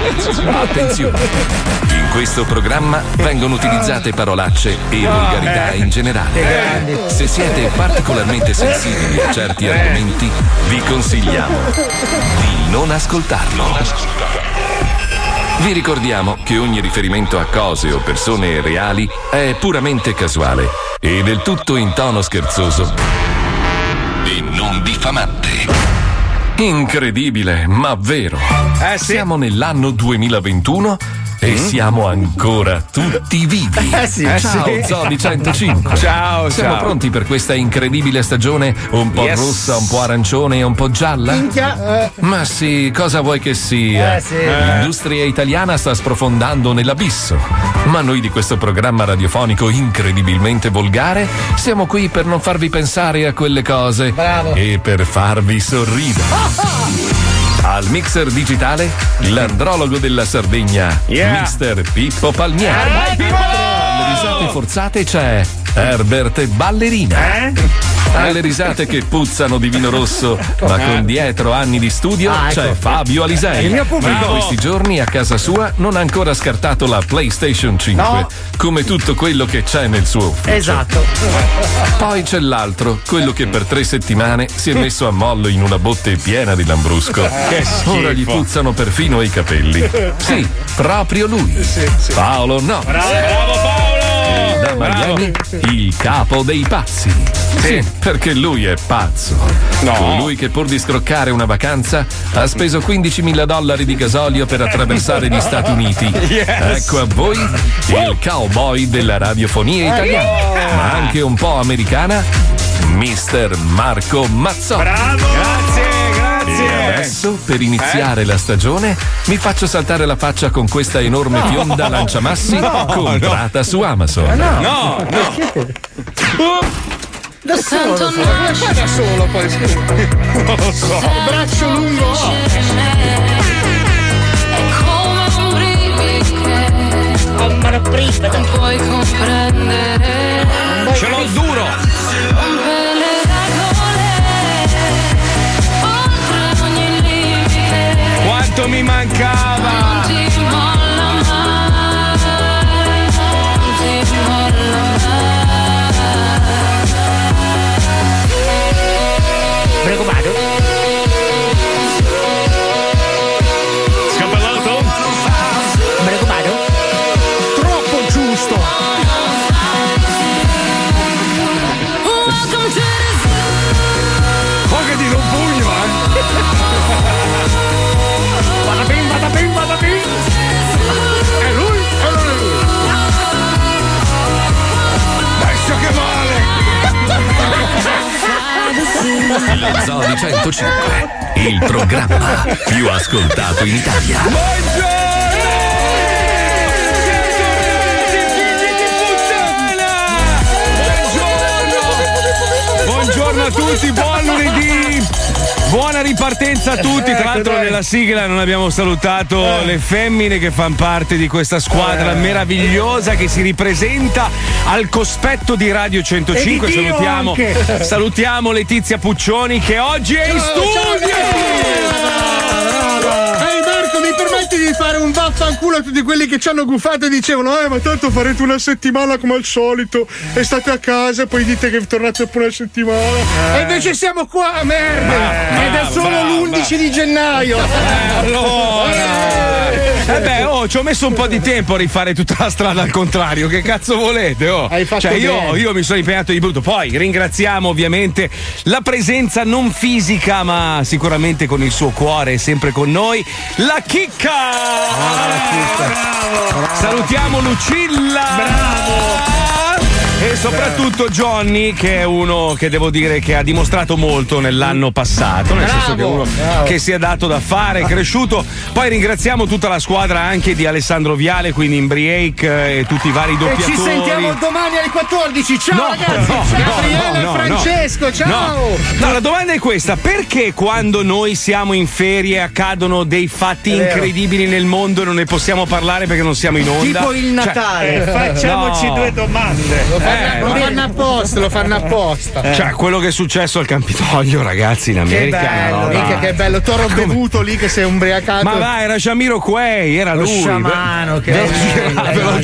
Attenzione! In questo programma vengono utilizzate parolacce e volgarità in generale. Se siete particolarmente sensibili a certi argomenti, vi consigliamo di non ascoltarlo. Vi ricordiamo che ogni riferimento a cose o persone reali è puramente casuale e del tutto in tono scherzoso e non diffamante. Incredibile, ma vero. Sì. Siamo nell'anno 2021 e siamo ancora tutti vivi. Ciao Zodi 105. Ciao. Siamo pronti per questa incredibile stagione un po' rossa, un po' arancione e un po' gialla? Minchia. Ma sì, cosa vuoi che sia? L'industria italiana sta sprofondando nell'abisso. Ma noi di questo programma radiofonico incredibilmente volgare siamo qui per non farvi pensare a quelle cose. Bravo. E per farvi sorridere. Al mixer digitale, l'andrologo della Sardegna, Mister Pippo Palmieri. Alle risate forzate c'è Herbert Ballerina. Alle risate che puzzano di vino rosso, ma con dietro anni di studio, c'è Fabio Alisei. Il mio pubblico. In questi giorni a casa sua non ha ancora scartato la PlayStation 5, come tutto quello che c'è nel suo ufficio. Esatto. Poi c'è l'altro, quello che per 3 settimane si è messo a mollo in una botte piena di lambrusco. Ora gli puzzano perfino i capelli. Sì, proprio lui. Paolo no. Bravo Paolo! Da Miami, il capo dei pazzi. Sì, perché lui è pazzo. Colui che pur di scroccare una vacanza ha speso $15.000 di gasolio per attraversare gli Stati Uniti. Ecco a voi il cowboy della radiofonia italiana, ma anche un po' americana, Mister Marco Mazzotti. Bravo! Grazie! E adesso, per iniziare la stagione, mi faccio saltare la faccia con questa enorme fionda lanciamassi comprata su Amazon. No! Da solo, come fai da solo poi? Non lo so. Braccio lungo. Non puoi comprendere. Ce l'ho duro! Rompe le regole, oltre ogni limite. Quanto mi mancava! Non ti molla mai, non ti molla mai. Preoccupato? Scappallato? Preoccupato? Troppo giusto. Welcome to the zoo. Poi che ti do un pugno, Vada bim. È lui o non è lui? Adesso che vale! Lo Zodi 105, il programma più ascoltato in Italia. Buongiorno a tutti, buon lunedì! Buona ripartenza a tutti. Tra l'altro nella sigla non abbiamo salutato le femmine che fanno parte di questa squadra meravigliosa che si ripresenta al cospetto di Radio 105. Salutiamo Letizia Puccioni che oggi è in studio. Marco, mi permetti di fare un vaffanculo a tutti quelli che ci hanno gufato e dicevano ma tanto farete una settimana come al solito e state a casa e poi dite che tornate dopo una settimana e invece siamo qua, merda, ed è solo l'11 di gennaio. Ci ho messo un po' di tempo a rifare tutta la strada al contrario. Che cazzo volete? Hai fatto io mi sono impegnato di brutto. Poi ringraziamo ovviamente la presenza non fisica, ma sicuramente con il suo cuore sempre con noi, la Chicca. Bravo. Salutiamo Lucilla. Bravo. E soprattutto Johnny, che è uno che devo dire che ha dimostrato molto nell'anno passato, nel senso che è uno che si è dato da fare, è cresciuto. Poi ringraziamo tutta la squadra anche di Alessandro Viale, quindi Imbriake e tutti i vari doppiatori. E ci sentiamo domani alle 14. Ciao ragazzi, Gabriele, Francesco, ciao. No, la domanda è questa: perché quando noi siamo in ferie accadono dei fatti incredibili nel mondo e non ne possiamo parlare perché non siamo in onda? Tipo il Natale. Facciamoci due domande. Lo fanno apposta. Cioè, quello che è successo al Campidoglio, ragazzi, in America. Che bello, mica che bello. Toro bevuto lì che sei ubriacato. Ma va, era Jamiroquai, era lui. Sciamano, che ve l'ho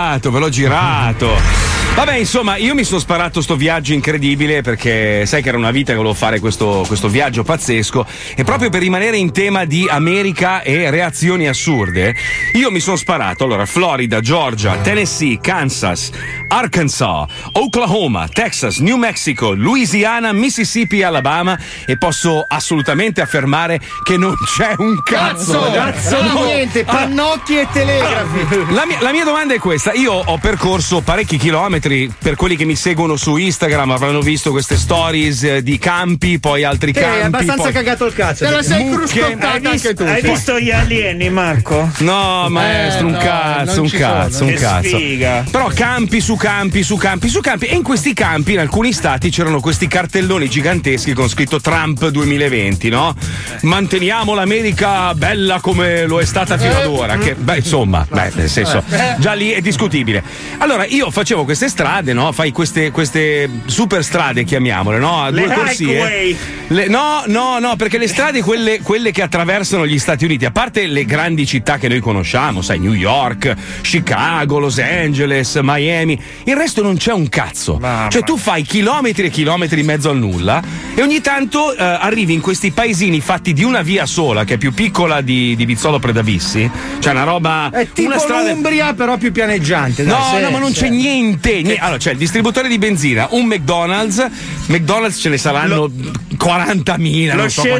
girato. Vabbè, insomma, io mi sono sparato sto viaggio incredibile perché sai che era una vita che volevo fare questo viaggio pazzesco e proprio per rimanere in tema di America e reazioni assurde, io mi sono sparato allora Florida, Georgia, Tennessee, Kansas, Arkansas, Oklahoma, Texas, New Mexico, Louisiana, Mississippi e Alabama e posso assolutamente affermare che non c'è un cazzo No, niente, pannocchi e telegrafi. La mia domanda è questa: io ho percorso parecchi chilometri, per quelli che mi seguono su Instagram avranno visto queste stories di campi, poi altri campi. È abbastanza poi... cagato il cazzo. Te la sei cruscottata anche tu. Hai visto gli alieni, Marco? No, maestro, un cazzo. Sfiga. Però campi su campi e in questi campi in alcuni stati c'erano questi cartelloni giganteschi con scritto Trump 2020, no? Manteniamo l'America bella come lo è stata fino ad ora, che insomma, nel senso, già lì è discutibile. Allora io facevo queste strade, no? Fai queste super strade, chiamiamole, no? A due corsie. No, perché le strade quelle che attraversano gli Stati Uniti, a parte le grandi città che noi conosciamo, sai, New York, Chicago, Los Angeles, Miami, il resto non c'è un cazzo. Cioè tu fai chilometri e chilometri in mezzo al nulla e ogni tanto arrivi in questi paesini fatti di una via sola, che è più piccola di Vizzolo Predavissi, cioè una roba, è tipo una strada... l'Umbria però più pianeggiante. No, ma non c'è niente. Allora c'è il distributore di benzina, un McDonald's ce ne saranno 40.000.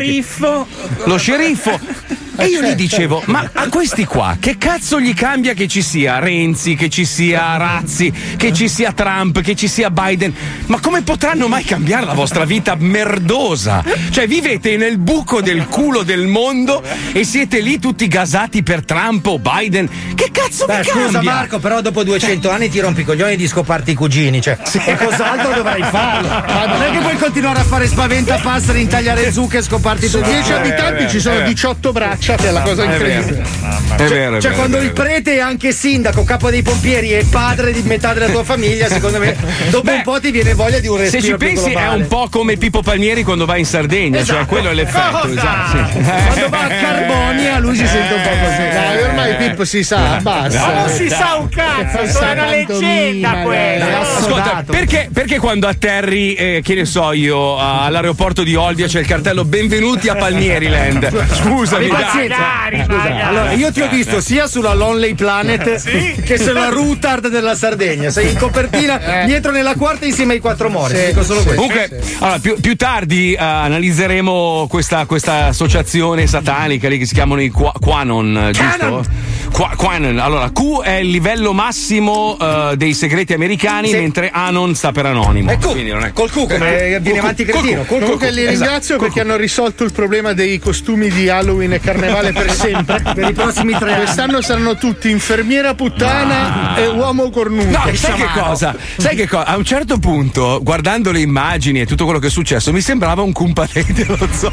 Lo sceriffo. E io gli dicevo, ma a questi qua che cazzo gli cambia che ci sia Renzi, che ci sia Razzi, che ci sia Trump, che ci sia Biden? Ma come potranno mai cambiare la vostra vita merdosa? Cioè vivete nel buco del culo del mondo e siete lì tutti gasati per Trump o Biden? Che cazzo vi cambia? Scusa Marco, però dopo 200 anni ti rompi i coglioni di scoparti i cugini, cioè e cos'altro dovrai farlo? Non è che puoi continuare a fare spaventapasseri, intagliare zucche e scoparti su 10 abitanti ci sono 18 braccia. È la cosa incredibile. È vero. Cioè, quando il prete è anche sindaco, capo dei pompieri e padre di metà della tua famiglia, secondo me, dopo un po' ti viene voglia di un respiro. Se ci pensi, è un po' come Pippo Palmieri quando va in Sardegna, cioè quello è l'effetto. Esatto, sì. Quando va a Carbonia, lui si sente un po' così. Dai, ormai Pippo si sa, basta. Ma non si sa un cazzo, è una leggenda quella. Ascolta, perché quando atterri, che ne so io, all'aeroporto di Olbia c'è il cartello benvenuti a Palmieriland? Scusami, allora, io ti ho visto sia sulla Lonely Planet che sulla Rutard della Sardegna. Sei in copertina dietro nella quarta insieme ai 4 morti. Dico solo questo. Comunque, allora, più tardi analizzeremo questa associazione satanica lì che si chiamano i Qanon, giusto? Qanon. Allora, Q è il livello massimo dei segreti americani, mentre Anon sta per anonimo. Quindi non è col Q come viene avanti cretino. Comunque li ringrazio perché hanno risolto il problema dei costumi di Halloween e Carnevale per sempre. Per i prossimi 3 anni. Quest'anno saranno tutti infermiera puttana e uomo cornuto. No, sai che cosa? A un certo punto, guardando le immagini e tutto quello che è successo, mi sembrava un Kumpadei dello zoo.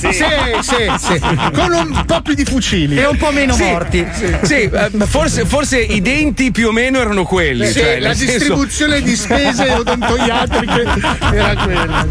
Sì. Con un po' più di fucili. E un po' meno morti. Sì, forse i denti più o meno erano quelli. Sì, cioè, la distribuzione di spese odontoiatriche era quella.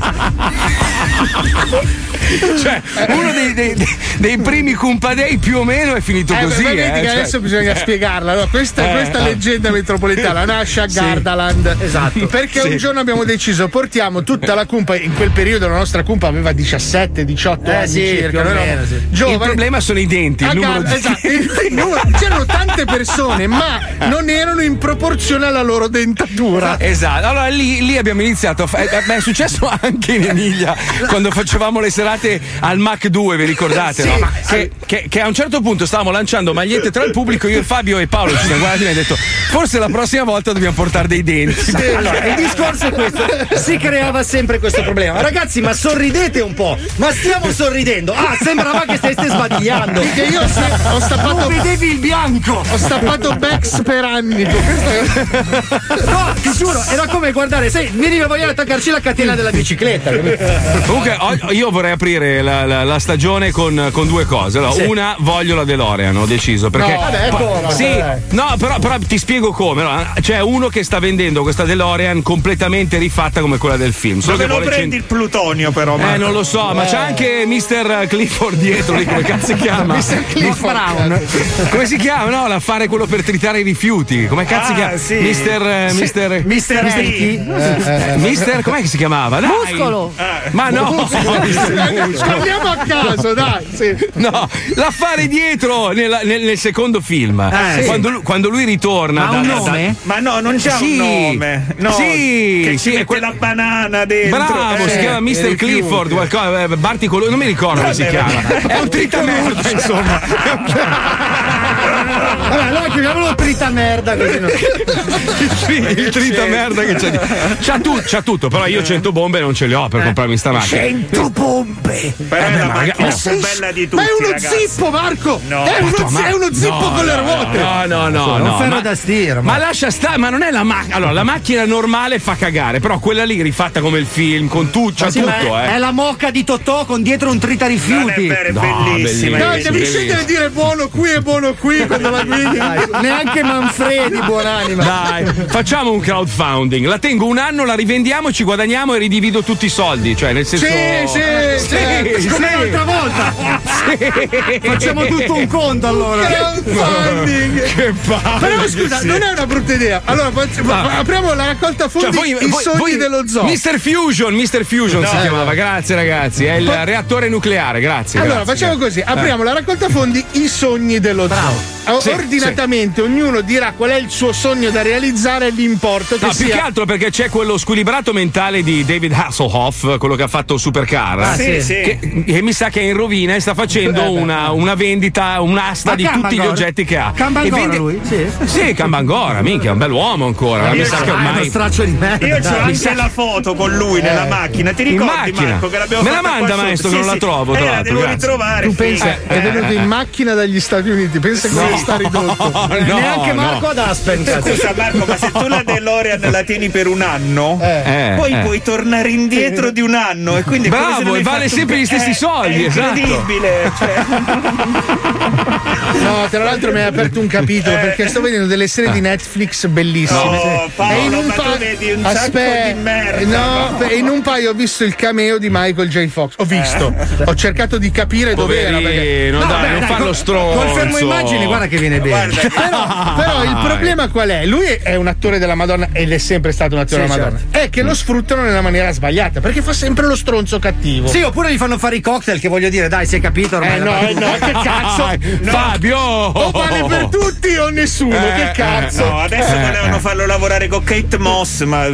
Cioè, uno dei primi Kumpadei più o meno è finito così. Vedi che adesso bisogna spiegarla. No? Questa leggenda metropolitana nasce a Gardaland. Esatto. Perché un giorno abbiamo deciso, portiamo tutta la cumpa. In quel periodo la nostra cumpa aveva 17-18 anni circa. Il problema sono i denti. C'erano tante persone, ma non erano in proporzione alla loro dentatura. Esatto. Allora lì abbiamo iniziato. È successo anche in Emilia quando facevamo le serate al Mac 2, vi ricordate? No? Che a un certo punto stavamo lanciando magliette tra il pubblico, io e Fabio e Paolo ci siamo guardati e mi hanno detto forse la prossima volta dobbiamo portare dei denti. Allora, il discorso è questo: si creava sempre questo problema. Ragazzi, ma sorridete un po', ma stiamo sorridendo. Sembrava che steste sbadigliando. Perché io ho stappato. Non vedevi il bianco. Ho stappato Bex per anni. No, ti giuro, era come guardare, sai, mi veniva voglia di attaccarci la catena della bicicletta. Comunque io vorrei aprire la stagione con due cose. Allora, una, voglio la DeLorean, ho deciso. Perché, però ti spiego come. Allora, c'è uno che sta vendendo questa DeLorean completamente rifatta come quella del film. Solo Dove che lo prendi il plutonio, però? Non lo so, ma c'è anche Mr. Clifford dietro lì, come cazzo si chiama? Mr. Clifford Brown. Come si chiama? No, l'affare quello per tritare i rifiuti. Come cazzo si chiama? Sì. Mister, com'è che si chiamava? Dai. Muscolo. Ma no! Parliamo a caso, dai. Sì. No, l'affare dietro nel secondo film. Quando lui ritorna. Ha un nome? Ma no, non c'ha un nome. No, che ci mette la banana dentro. Bravo, si chiama Mr. Clifford, qualcosa, Barty Colore, non mi ricordo come si chiama. È un tritamerda, insomma. Vabbè, allora chiamiamolo trita merda così non... il trita merda che c'ha tutto, però io 100 bombe non ce le ho per comprarmi sta macchina. 100 bombe! Però è la macchina più bella di tutti. Ma è uno ragazzi. zippo, Marco! No. È uno zippo con le ruote! No, un ferro da stiro. Ma lascia stare, ma non è la macchina. Allora, la macchina normale fa cagare, però quella lì rifatta come il film, con c'ha tutto, È la mocca di Totò con dietro un trita rifiuti. Non è bellissima. Dai, devi scegliere di dire buono qui quando la guidi. Neanche Manfredi, buonanima. Dai, facciamo un crowdfunding. La tengo un anno, la rivendiamo, ci guadagniamo e ridivido tutti i soldi. Cioè, nel senso. Sì. Come l'altra volta. Facciamo tutto un conto allora. Crowdfunding. Che palle. Però scusa, non è una brutta idea. Allora, apriamo la raccolta fondi, i sogni dello zoo. Mr. Fusion si chiamava. Grazie ragazzi, è il reattore nucleare, grazie. Allora, grazie. facciamo così, apriamo la raccolta fondi, i sogni dello zoo. Ordinatamente ognuno dirà qual è il suo sogno da realizzare e l'importo che sia. Più che altro perché c'è quello squilibrato mentale di David Hasselhoff, quello che ha fatto Supercar, che mi sa che è in rovina e sta facendo una vendita, un'asta di tutti gli oggetti che ha. Cambangora lui? Sì, Cambangora, minchia, è un bell'uomo ancora. Mi sa che ormai uno straccio di merda. Io c'ho anche la foto con lui nella macchina. Ti ricordi, Marco, che l'abbiamo me la fatta manda, qua maestro, sotto? che non la trovo. Tra la l'altro, devo grazie. ritrovare. Tu pensa, è venuto in macchina dagli Stati Uniti, pensa come sta ridotto. Neanche Marco ad Aspen. Scusa Marco, ma se tu la DeLorean la tieni per un anno, poi puoi tornare indietro di un anno e quindi bravo, e vale sempre gli stessi soldi. È incredibile. Cioè. No, tra l'altro mi hai aperto un capitolo perché sto vedendo delle serie di Netflix bellissime. No, Paolo, ma tu vedi un sacco di merda. No, in un paio ho visto il cameo di Michael J. Fox. Ho visto, ho cercato di capire dov'era. Perché... No, dai, non farlo stronzo. Col fermo immagini, guarda che viene bene. Però il problema qual è? Lui è un attore della Madonna e l'è sempre stato un attore della Madonna. È che lo sfruttano nella maniera sbagliata perché fa sempre lo stronzo cattivo. Sì, oppure gli fanno fare i cocktail, che voglio dire, dai, si è capito ormai. No, che cazzo. Fabio! O vale per tutti o nessuno, che cazzo. No, adesso volevano farlo lavorare con Kate Moss, ma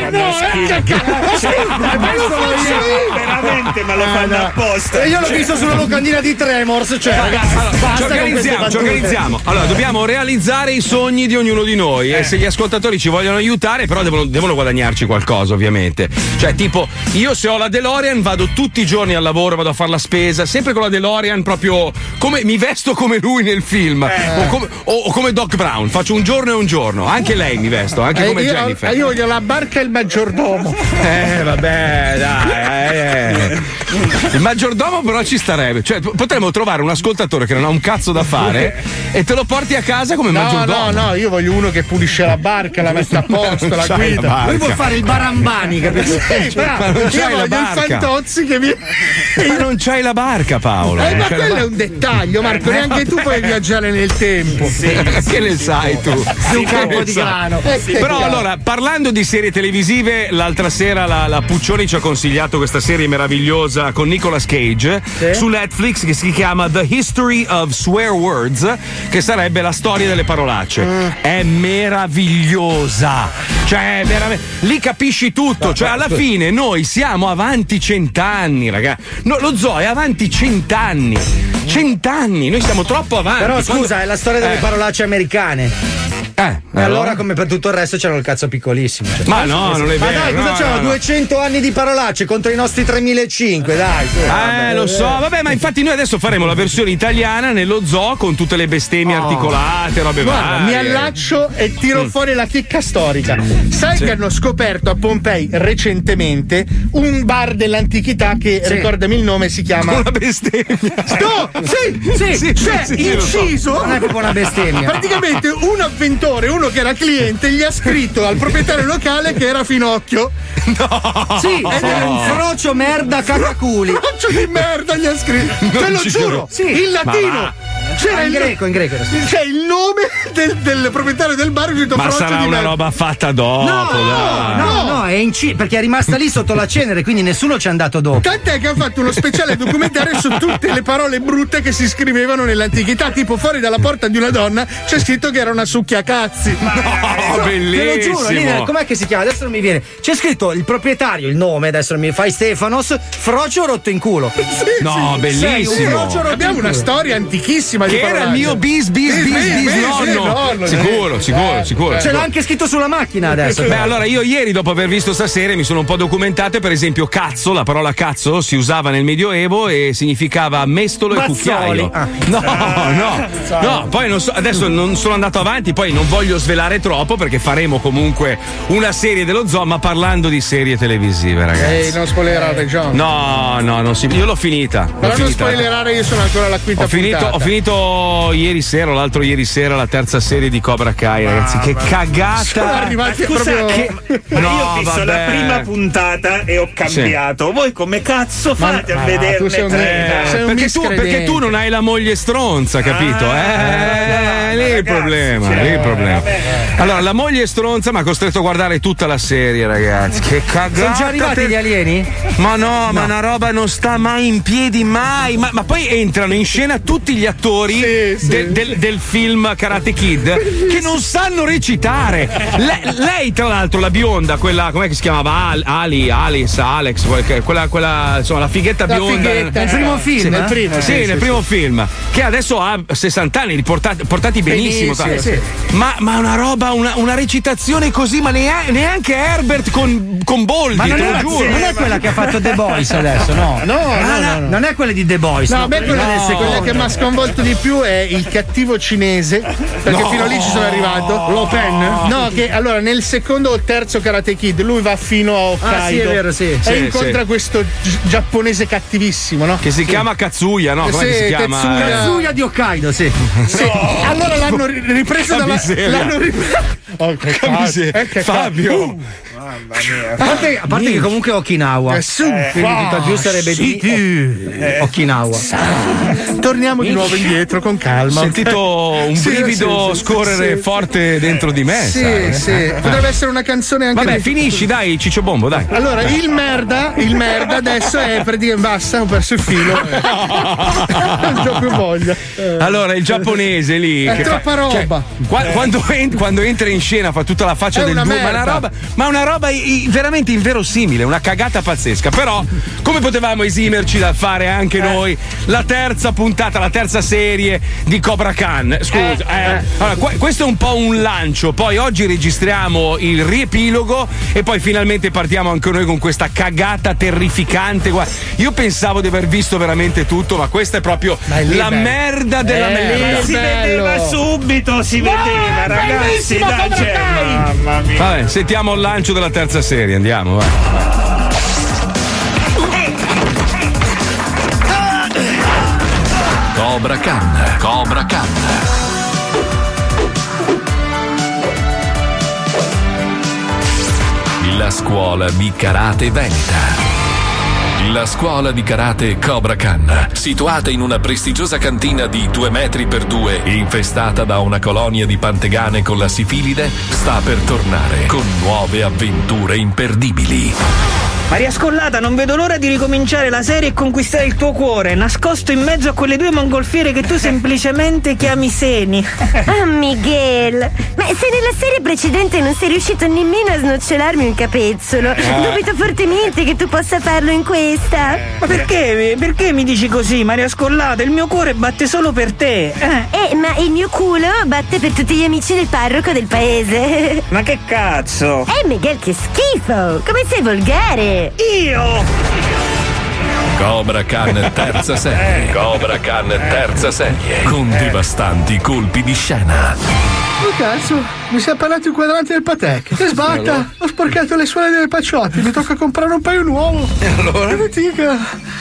veramente, ma lo fanno apposta. E io l'ho visto sulla locandina di Tremors, cioè ragazzi, basta con queste ci organizziamo. Allora, dobbiamo realizzare i sogni di ognuno di noi e se gli ascoltatori ci vogliono aiutare, però devono guadagnarci qualcosa, ovviamente. Cioè, tipo, io se ho la DeLorean vado tutti i giorni al lavoro, vado a fare la spesa, sempre con la DeLorean, proprio come mi vesto come lui nel film, o come Doc Brown, faccio un giorno e un giorno. Anche lei mi vesto, anche come Jennifer. Io voglio la barca e il maggiordomo. Vabbè, dai. Il maggiordomo però ci starebbe. Cioè, potremmo trovare un ascoltatore che non ha un cazzo da fare e te lo porti a casa come maggiordomo. No, io voglio uno che pulisce la barca, la mette a posto, la guida. Lui vuol fare il barambani, capito? Ma non c'hai la barca. Il Fantozzi che viene. Ma non c'hai la barca, Paolo. Ma quello è un dettaglio, Marco. Neanche tu puoi viaggiare nel tempo. Che ne sai tu? Un campo di grano. Però allora, parlando di serie televisive, l'altra sera la Puccioni ci ha consigliato questa serie meravigliosa con Nicolas Cage su Netflix che si chiama The History of Swear Words, che sarebbe la storia delle parolacce. È meravigliosa. Cioè, veramente, lì capisci tutto. Cioè, alla fine noi siamo avanti 100 anni, ragazzi. No, lo zoo è avanti 100 anni. 100 anni, noi siamo troppo avanti. Però scusa, è la storia delle parolacce americane. E allora, come per tutto il resto, c'erano il cazzo piccolissimo. Cioè. Ma no, non è vero. Ma dai, cosa c'erano? 200 anni di parolacce contro i nostri 3005, dai. Lo so, vabbè, ma infatti noi adesso faremo la versione italiana nello zoo con tutte le bestemmie articolate, robe Guarda, mi varie. allaccio e tiro fuori la chicca storica. Sai che hanno scoperto a Pompei recentemente un bar dell'antichità che, ricordami il nome, si chiama. Una bestemmia. No! Sì, c'è inciso. Non è proprio una bestemmia. Praticamente un avventore, uno che era cliente, gli ha scritto al proprietario locale che era Finocchio. No! Sì, Era un frocio merda cacaculi. Frocio di merda gli ha scritto. Te lo ci giuro. Sì. In latino. C'era in greco. C'è il nome del proprietario del bar, scritto Ma Frocio sarà di una merda. roba fatta dopo, dai. No, è perché è rimasta lì sotto la cenere, quindi nessuno ci è andato dopo. Tant'è che ha fatto uno speciale documentario su tutte le parole brutte che si scrivevano nell'antichità. Tipo, fuori dalla porta di una donna c'è scritto che era una succhiacazzi. No, bellissimo. Te lo giuro, lì, com'è che si chiama? Adesso non mi viene. C'è scritto il proprietario, il nome, adesso non mi fai Stefanos, frocio rotto in culo. No, bellissimo. Abbiamo una storia antichissima di Che era il mio bis nonno. Sicuro. Ce l'ha anche scritto sulla macchina adesso. Beh, allora io ieri, dopo aver visto sta serie, mi sono un po' documentato. Per esempio, cazzo, la parola cazzo si usava nel Medioevo e significava mestolo e cucchiaio. No, poi non so, adesso non sono andato avanti, poi non voglio svelare troppo perché faremo comunque una serie dello zoo, ma parlando di serie televisive, ragazzi. non spoilerare, John. No, non si. Io l'ho finita. Però non spoilerare, io sono ancora alla quinta puntata. Ho finito ieri sera o l'altro ieri sera la terza serie di Cobra Kai, ragazzi. Che cagata! Sono arrivati proprio. Ma io ho visto la prima puntata e ho cambiato. Voi come cazzo fate a vederne tu sei un perché tu non hai la moglie stronza, capito? Lì è il problema. Allora, la moglie è stronza, ma ha costretto a guardare tutta la serie, ragazzi. Che cagata! Sono già arrivati gli alieni? Ma no, ma una roba non sta mai in piedi, mai. Ma poi entrano in scena tutti gli attori del film Karate Kid che non sanno recitare. Lei, tra l'altro, la bionda, quella, com'è che si chiamava? Alex, quella insomma, la fighetta bionda. Nel primo film? Nel primo film. Che adesso ha 60 anni, portati benissimo. Ma una roba, una recitazione così, ma neanche Herbert con Boldi, ma te lo giuro. Non è quella che ha fatto The Boys adesso, no? No. Non è quella di The Boys. No, a me quella che mi ha sconvolto di più è il cattivo cinese, perché fino a lì ci sono arrivato. Lo Pen? No, che allora nel secondo o terzo Karate Kid lui va fino a Hokkaido. Sì, è vero, sì. E incontra questo giapponese cattivissimo, no? Che si chiama Katsuya, no? Come si chiama? Katsuya di Hokkaido, sì. No. Allora l'hanno ripreso dalla. Fabio. A parte che comunque è Okinawa. Quindi tutto più sarebbe di Okinawa. Torniamo di nuovo indietro con calma. Ho sentito un brivido scorrere forte dentro di me. Sì. Potrebbe essere una canzone anche. Vabbè, finisci, dai, Ciccio Bombo, dai. Allora, il merda adesso è praticamente basta, ho perso il filo. Non c'ho più voglia. Allora, il giapponese lì. È troppa roba. Quando entra in scena fa tutta la faccia del due, ma una roba veramente inverosimile, una cagata pazzesca. Però, come potevamo esimerci dal fare anche noi la terza puntata, la terza serie di Cobra Khan? Scusa, allora, questo è un po' un lancio. Poi oggi registriamo il riepilogo e poi finalmente partiamo anche noi con questa cagata terrificante. Guarda, io pensavo di aver visto veramente tutto, ma questa è proprio la merda della merda. Si vedeva subito, ragazzi. Mamma mia. Vabbè, sentiamo il lancio della terza serie, andiamo, vai. Cobra Khan. La scuola di karate veneta. La scuola di karate Cobra Khan, situata in una prestigiosa cantina di 2 metri per 2 e infestata da una colonia di pantegane con la sifilide, sta per tornare con nuove avventure imperdibili. Maria Scollata, non vedo l'ora di ricominciare la serie e conquistare il tuo cuore, nascosto in mezzo a quelle due mongolfiere che tu semplicemente chiami seni. Ah, Miguel, ma se nella serie precedente non sei riuscito nemmeno a snocceolarmi un capezzolo, dubito fortemente che tu possa farlo in questa. Ma perché? Perché mi dici così, Maria Scollata? Il mio cuore batte solo per te. Ma il mio culo batte per tutti gli amici del parroco del paese. Ma che cazzo? Miguel, che schifo! Come sei volgare! Io! Cobra Khan terza serie. Cobra Khan terza serie. Con devastanti colpi di scena. Oh cazzo, mi si è apparato il quadrante del Patek. Che sbatta! Ho sporcato le suole delle pacciotti, mi tocca comprare un paio nuovo. E allora? Che fatica!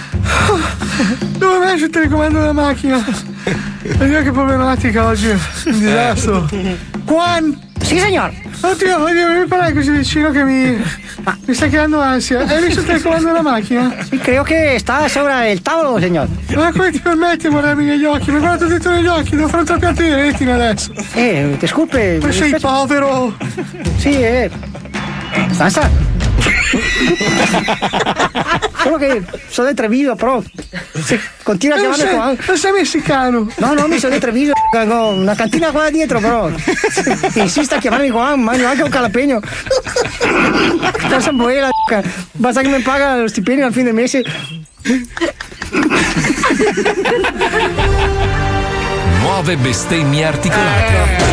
Dove vai sul telecomando della macchina? Vediamo che problematica oggi. Un disastro. Juan! Sì, signor. Oddio, mi parli così vicino che mi sta creando ansia. Hai visto il telecomando della macchina? Sì, creo che sta sopra il tavolo, signor. Ma come ti permetti di guardarmi negli occhi? Mi guardato dentro negli occhi, devo fare un trapianto di retina adesso. Disculpe. Ma sei povero? Sì, Stanza. Solo che sono di Treviso, però se continua a chiamarmi qua. Non sei messicano? No, mi sono di Treviso, ho una cantina qua dietro, però insiste a chiamarmi qua, mangio anche un calapegno. Cosa buena, basta che mi paga lo stipendio al fine del mese. Nuove bestemmie articolate.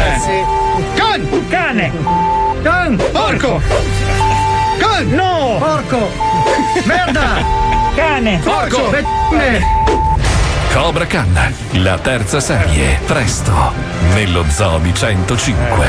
Cane! Porco! Can! No! Porco! Merda! Cane! Porco! Cobra Khan, la terza serie, presto, nello Zoo di 105.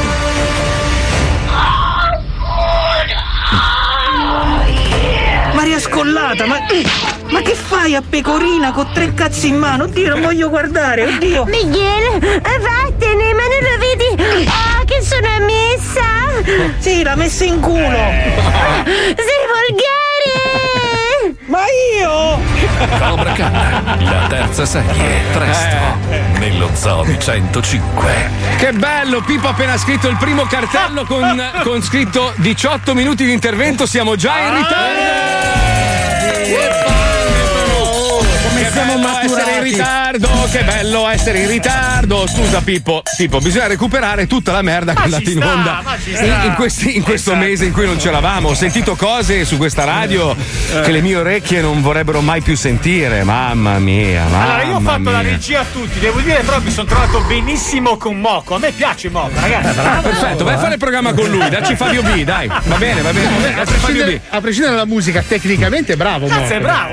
Maria Scollata, ma che fai a Pecorina con 3 cazzi in mano? Oddio, non voglio guardare, oddio! Miguel, vattene, ma non lo vedi? Che sono ammessa? Sì, l'ha messa in culo! Sei volgare! Ma io! Cobra Khan, la terza serie, presto, nello Zoo di 105. Che bello, Pippo ha appena scritto il primo cartello con scritto 18 minuti di intervento, siamo già in ritardo! Che bello essere in ritardo, che bello essere in ritardo. Scusa Pippo, bisogna recuperare tutta la merda che è andata in onda in questo mese in cui non c'eravamo. Ho sentito cose su questa radio che le mie orecchie non vorrebbero mai più sentire. Mamma mia. Allora, io ho fatto la regia a tutti, devo dire, però mi sono trovato benissimo con Moco. A me piace Moco, ragazzi. Perfetto, vai a fare il programma con lui, dacci Fabio B, dai. Va bene. A prescindere dalla musica, tecnicamente è bravo. Cazzo, è bravo,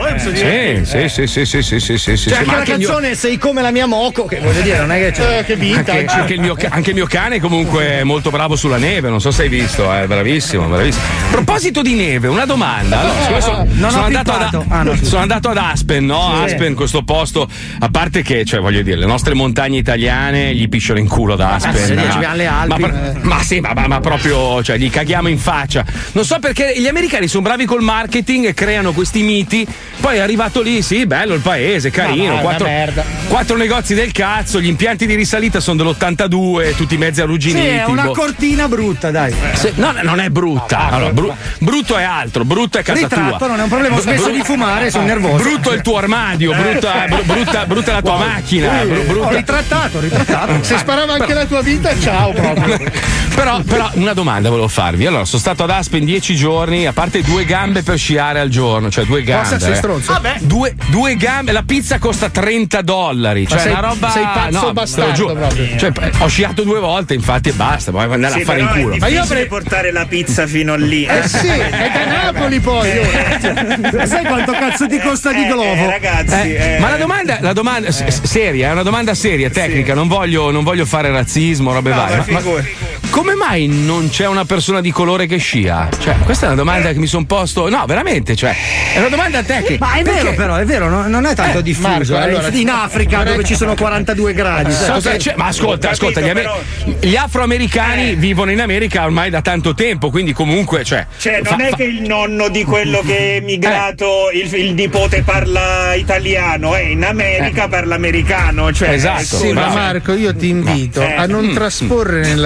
Sì. C'è anche la canzone Sei come la mia Moco, che voglio dire, non è che c'è. Che vintage. Anche il mio cane comunque è molto bravo sulla neve, non so se hai visto, è bravissimo. A proposito di neve, una domanda. Allora, sono andato ad Aspen, no? Sì. Aspen, questo posto, a parte che, cioè, voglio dire, le nostre montagne italiane gli pisciano in culo ad Aspen. Abbiamo le Alpi. Ma proprio, cioè, gli caghiamo in faccia. Non so perché gli americani sono bravi col marketing e creano questi miti. Poi è arrivato lì, sì, bello il paese, carino. 4 negozi del cazzo, gli impianti di risalita sono dell'82, tutti mezzi arrugginiti. Sì, è una cortina brutta, dai. No, non è brutta. Allora, brutto è altro, brutto è casa ritratto, tua. non è un problema, ho smesso di fumare, sono nervoso. Brutto è il tuo armadio, brutta è la tua macchina. Ho ritrattato. Se sparava anche la tua vita, ciao proprio. Però una domanda volevo farvi. Allora, sono stato ad Aspen 10 giorni, a parte 2 gambe per sciare al giorno, cioè 2 gambe. Cosa sei stronzo? Vabbè. 2 gambe, la pizza costa $30. Cioè, una roba. Sei pazzo bastardo proprio. Cioè, ho sciato 2 volte, infatti, e basta. Poi andare a fare in culo. Ma io avrei portare la pizza fino lì. Sì, è da Napoli poi. Sai quanto cazzo ti costa di globo? Ragazzi. Ma la domanda seria, è una domanda seria, tecnica. Sì. Non voglio fare razzismo, robe varie. Ma come mai non c'è una persona di colore che scia? Cioè, questa è una domanda che mi sono posto. No, veramente, cioè, è una domanda tecnica. Ma è vero, però, è vero, non è tanto diffuso. Marco, allora, in Africa, dove ci sono 42 gradi. Ma ascolta, gli afroamericani vivono in America ormai da tanto tempo, quindi comunque, non è che il nonno di quello che è emigrato, il nipote parla italiano, in America parla americano. Cioè, esatto. Sì, ma Marco, io ti invito a non trasporre nella diretta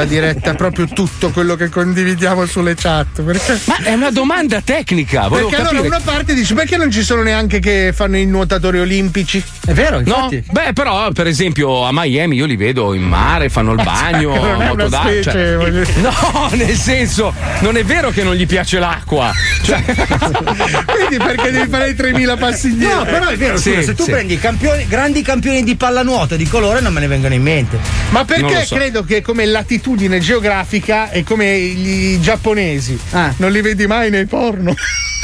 merita proprio tutto quello che condividiamo sulle chat? Perché... Ma è una domanda tecnica. Volevo perché capire. allora una parte dice perché non ci sono neanche che fanno i nuotatori olimpici? È vero, infatti. No? Beh, però, per esempio, a Miami io li vedo in mare, fanno il bagno, non è moto una d'acqua. specie, No, nel senso, non è vero che non gli piace l'acqua. Cioè... Quindi perché devi fare i 3000 passi indietro? No, però è vero, Sì, scusa, se tu sì. prendi grandi campioni di pallanuoto di colore non me ne vengono in mente. Ma Non perché lo so. credo che come latitudine geografica è come i giapponesi. Non li vedi mai nei porno.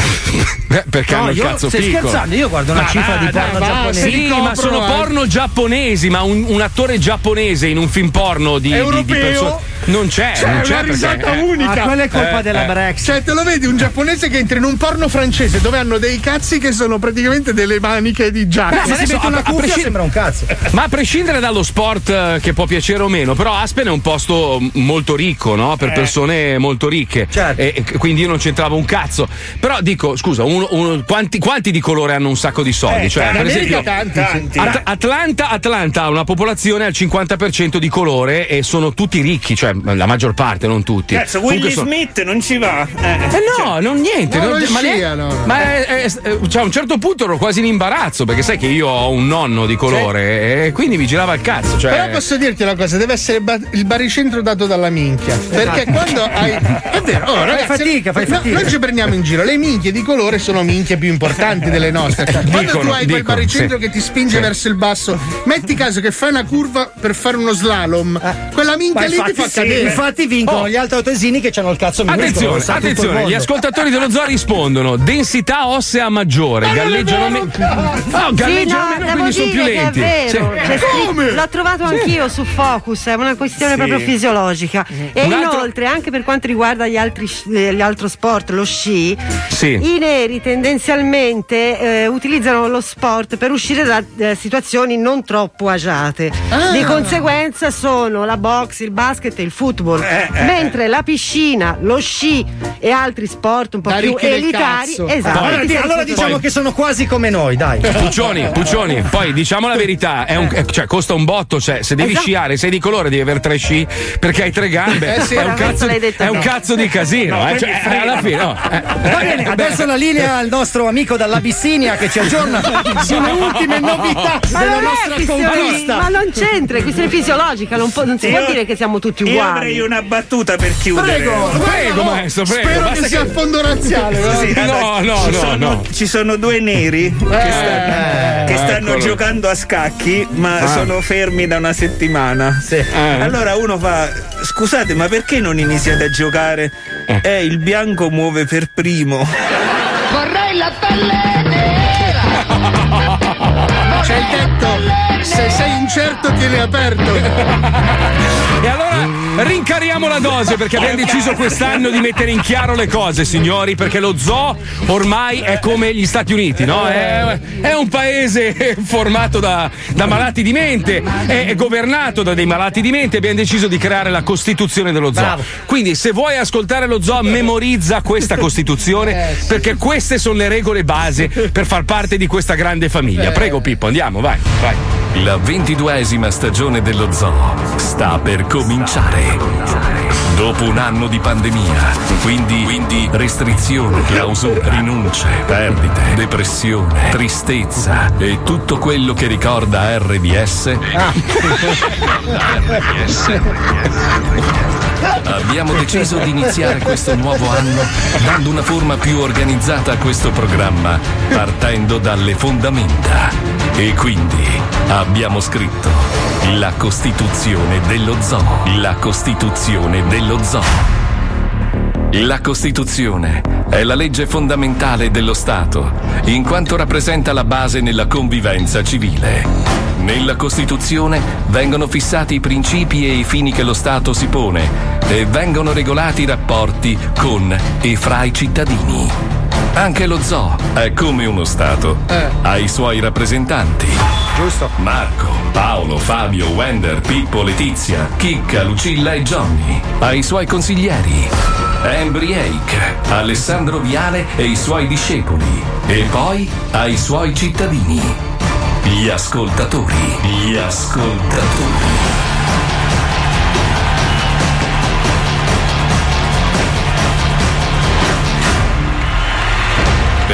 Perché No, hanno il io- cazzo stai piccolo. scherzando? Io guardo una cifra di porno giapponese. Sì, ma sono porno giapponesi, ma un attore giapponese in un film porno di Europeo? persone. Non c'è, C'è non c'è una perché- risata unica. Ah, quella è colpa della Brexit. Cioè, te lo vedi un giapponese che entra in un porno francese dove hanno dei cazzi che sono praticamente delle maniche di giacca. Se si mette una cuffia sembra un cazzo. Ma a prescindere dallo sport che può piacere o meno, però Aspen è un posto molto ricco, no? Per persone molto ricche. Certo. E quindi io non c'entravo un cazzo. Però dico, scusa, quanti di colore hanno un sacco di soldi? Cioè, per esempio, tanti. Atlanta ha una popolazione al 50% di colore e sono tutti ricchi, cioè la maggior parte, non tutti. Cazzo, Comunque Will Smith non ci va. no, non niente. No, non ma scia, no. ma cioè, a un certo punto ero quasi in imbarazzo perché sai che io ho un nonno di colore e quindi mi girava il cazzo. Cioè... Però posso dirti una cosa, deve essere il baricentro dato dalla minchia. Perché quando hai. È vero, ragazzi, fai fatica. Non ci prendiamo in giro, le minchie di colore sono minchie più importanti delle nostre. Quando tu hai quel baricentro che ti spinge verso il basso, metti caso che fai una curva per fare uno slalom, quella minchia lì ti fa cadere. Infatti vincono gli altoatesini che hanno il cazzo minuscolo. lo sa tutto il Attenzione, mondo. gli ascoltatori dello zoo rispondono: densità ossea maggiore, galleggiano meno. No, galleggiano meno, quindi sono più lenti. Che è vero. Sì. C'è scritto- l'ho trovato anch'io su Focus, è una questione proprio fisiologica. E Un altro- inoltre, anche per quanto riguarda gli altri sport, lo sci, Sì. i neri tendenzialmente utilizzano lo sport per uscire da situazioni non troppo agiate. Di conseguenza sono la box, il basket e il football. Mentre la piscina, lo sci e altri sport un po' Da più ricchi del elitari, cazzo. esatto. Allora diciamo che sono quasi come noi, dai. Puccioni, poi diciamo la verità, cioè, costa un botto, cioè, se devi sciare, sei di colore, devi avere 3 sci perché hai 3 gambe. Sì, è un questo l'hai detto è un te. cazzo di casino. Cioè, alla fine, no. Va bene, adesso la linea al nostro amico dall'Abissinia che ci aggiorna sulle ultime novità Ma della non è nostra questione, conquista. ma non c'entra, è questione fisiologica, non si può dire che siamo tutti Io uguali. avrei una battuta per chiudere. Prego, maestro, prego. Spero Basta che sia a fondo razziale. no? Sì, No. Ci sono 2 neri che stanno eccolo. giocando a scacchi, ma sono fermi da una settimana. Allora uno fa: scusate, ma perché non iniziate a giocare? Il bianco muove per primo. Vorrei la pelle nera. C'è il tetto. Se sei incerto, tieni aperto. E allora rincariamo la dose perché abbiamo deciso quest'anno di mettere in chiaro le cose, signori, perché lo zoo ormai è come gli Stati Uniti, no? È un paese formato da malati di mente, è governato da dei malati di mente. Abbiamo deciso di creare la Costituzione dello zoo. Bravo. Quindi se vuoi ascoltare lo zoo, memorizza questa Costituzione perché queste sono le regole base per far parte di questa grande famiglia. Prego Pippo, andiamo, vai. La 22esima stagione dello zoo sta per cominciare. Dopo un anno di pandemia, quindi restrizioni, clausure, rinunce, perdite, depressione, tristezza e tutto quello che ricorda RDS. Abbiamo deciso di iniziare questo nuovo anno dando una forma più organizzata a questo programma, partendo dalle fondamenta. E quindi abbiamo scritto la Costituzione dello zoo. La Costituzione dello zoo. La Costituzione è la legge fondamentale dello Stato, in quanto rappresenta la base nella convivenza civile. Nella Costituzione vengono fissati i principi e i fini che lo Stato si pone e vengono regolati i rapporti con e fra i cittadini. Anche lo zoo è come uno Stato. Ha i suoi rappresentanti. Giusto. Marco, Paolo, Fabio, Wender, Pippo, Letizia, Chicca, Lucilla e Johnny. Ha i suoi consiglieri. Embry Eich, Alessandro Viale e i suoi discepoli. E poi ha i suoi cittadini. Gli ascoltatori. Gli ascoltatori.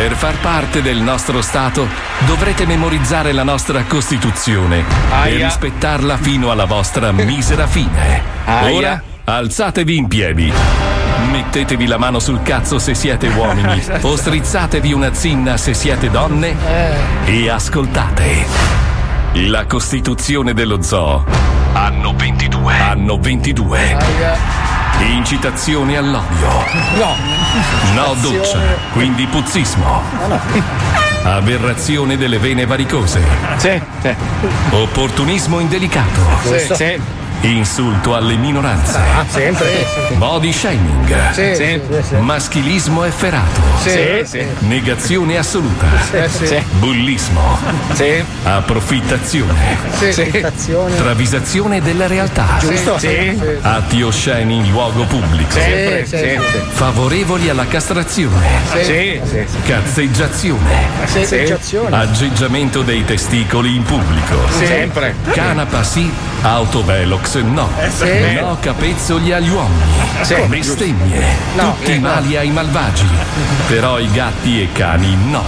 Per far parte del nostro Stato dovrete memorizzare la nostra Costituzione e rispettarla fino alla vostra misera fine. Ora alzatevi in piedi. Mettetevi la mano sul cazzo se siete uomini o strizzatevi una zinna se siete donne e ascoltate. La Costituzione dello Zoo. Anno 22. Anno 22. Incitazione all'odio. No doccia, quindi puzzismo. Aberrazione delle vene varicose. Opportunismo indelicato. Insulto alle minoranze. Body shaming. Maschilismo efferato. Negazione assoluta. Bullismo. Approfittazione. Travisazione della realtà. Atti osceni in luogo pubblico. Favorevoli alla castrazione. Cazzeggiazione. Aggeggiamento dei testicoli in pubblico. Canapa sì, autovelox no. No capezzoli agli uomini. Bestemmie. Tutti mali ai malvagi. Però i gatti e cani no.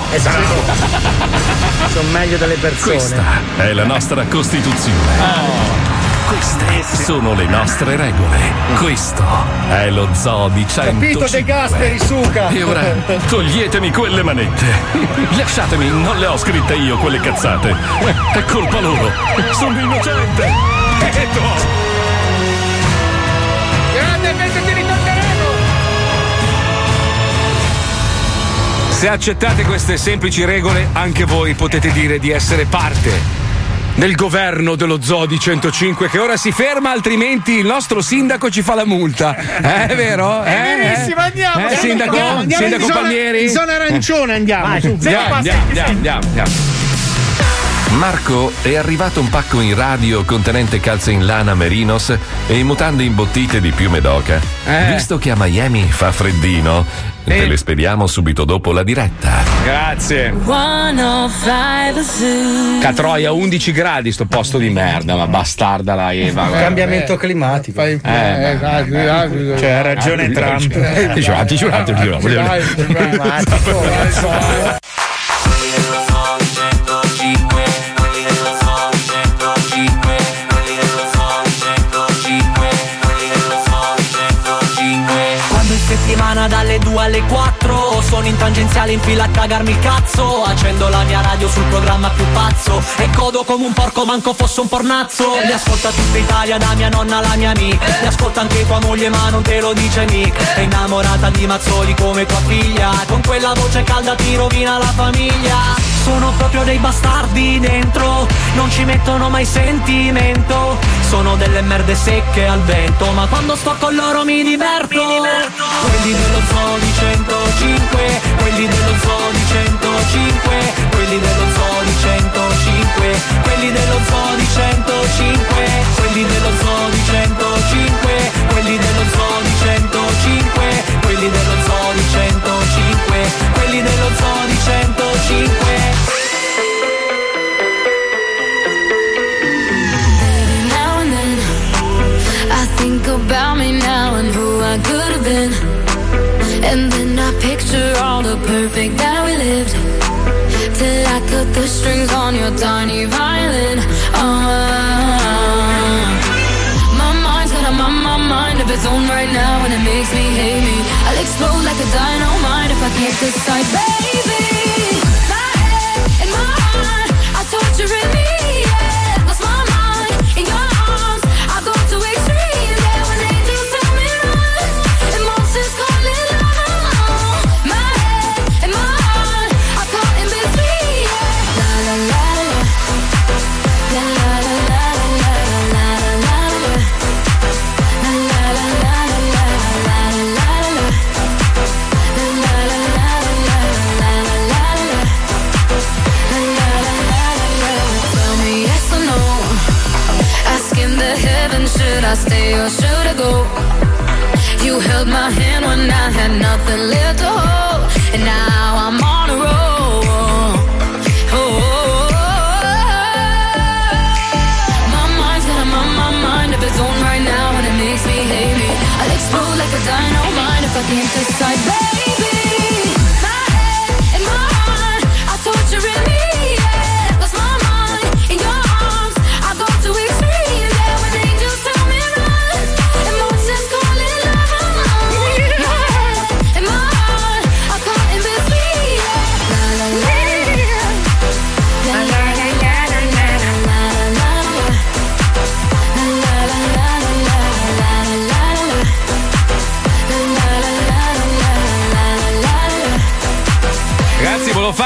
Sono meglio delle persone. Questa è la nostra Costituzione. Queste sono le nostre regole. Questo è lo Zoo di 105. Capito De Gasperi, suca. E ora toglietemi quelle manette. Lasciatemi, non le ho scritte io quelle cazzate. È colpa loro. Sono innocente. Grande, penso ti ritorneremo. Se accettate queste semplici regole, anche voi potete dire di essere parte del governo dello Zoo di 105 che ora si ferma, altrimenti il nostro sindaco ci fa la multa. È vero? Benissimo, andiamo. Sindaco Palmieri? In zona arancione andiamo. Andiamo. Marco, è arrivato un pacco in radio contenente calze in lana Merinos e mutande imbottite di piume d'oca. Visto che a Miami fa freddino, te le spediamo subito dopo la diretta. Grazie. Catroia, 11 gradi sto posto di merda, ma bastarda la Eva. Cambiamento climatico. C'è ragione Trump. Settimana dalle 2 alle 4 sono in tangenziale in fila a cagarmi il cazzo. Accendo la mia radio sul programma più pazzo e godo come un porco manco fosse un pornazzo. Mi ascolta tutta Italia, da mia nonna alla mia amica. Mi ascolta anche tua moglie ma non te lo dice mica. È innamorata di Mazzoli come tua figlia. Con quella voce calda ti rovina la famiglia. Sono proprio dei bastardi dentro, non ci mettono mai sentimento. Sono delle merde secche al vento, ma quando sto con loro mi diverto. Quelli dello Zoo di 105, quelli dello Zoo di 105, quelli dello Zoo di 105, quelli dello Zoo di 105, quelli dello Zoo di 105, quelli dello Zoo di 105, quelli dello Zoo di 105, quelli dello Zoo di 105. Think about me now and who I could have been. And then I picture all the perfect that we lived. Till I cut the strings on your tiny violin. My mind's got a mind of its own right now, and it makes me hate me. I'll explode like a dynamite if I can't decide, baby. My head and my heart are torturing me. Yeah, lost my mind in your arms. I go to extreme. Should I stay or should I go? You held my hand when I had nothing left to hold, and now I'm on a roll. My mind's got my mind of its own right now, and it makes me hate me. I'll explode like a dynamite if I can't decide, baby. My head and my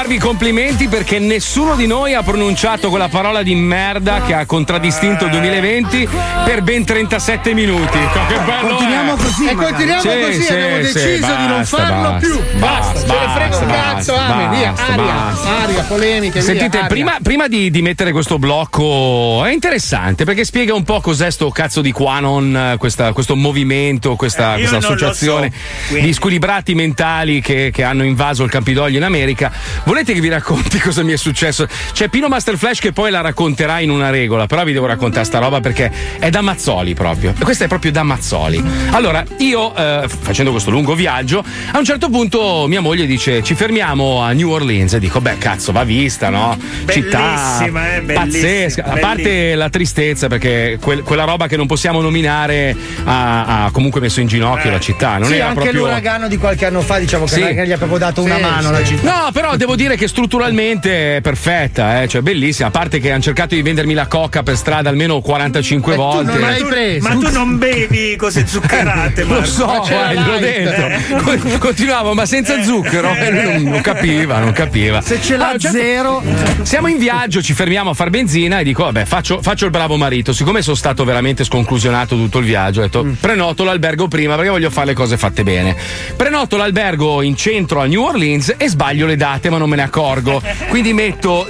farvi i complimenti perché nessuno di noi ha pronunciato quella parola di merda che ha contraddistinto il 2020 per ben 37 minuti. Che bello! Continuiamo così. E continuiamo così, abbiamo deciso di non farlo più. Basta, ce ne frega un cazzo, via. Aria, polemiche. Sentite, via, prima di mettere questo blocco è interessante perché spiega un po' cos'è sto cazzo di QAnon, questo movimento, questa associazione di squilibrati mentali che hanno invaso il Campidoglio in America. Volete che vi racconti cosa mi è successo? C'è Pino Masterflash che poi la racconterà in una regola, però vi devo raccontare sta roba perché è da Mazzoli proprio. Questa è proprio da Mazzoli. Allora, io facendo questo lungo viaggio, a un certo punto mia moglie dice ci fermiamo a New Orleans e dico beh cazzo va vista, no? Città pazzesca, a parte la tristezza perché quella roba che non possiamo nominare ha comunque messo in ginocchio la città. Non era anche proprio l'uragano di qualche anno fa diciamo che non è che gli ha proprio dato una mano alla città. No, però devo dire che strutturalmente è perfetta, cioè bellissima, a parte che hanno cercato di vendermi la coca per strada almeno 45 volte. Tu non l'hai preso. Ma tu non bevi cose zuccherate, Lo so, l'ho detto. Continuavo, ma senza zucchero. Non capiva. Se ce l'ha zero. Siamo in viaggio, ci fermiamo a far benzina e dico, vabbè, faccio il bravo marito. Siccome sono stato veramente sconclusionato tutto il viaggio, ho detto, prenoto l'albergo prima perché voglio fare le cose fatte bene. Prenoto l'albergo in centro a New Orleans e sbaglio le date, ma non me ne accorgo. Quindi metto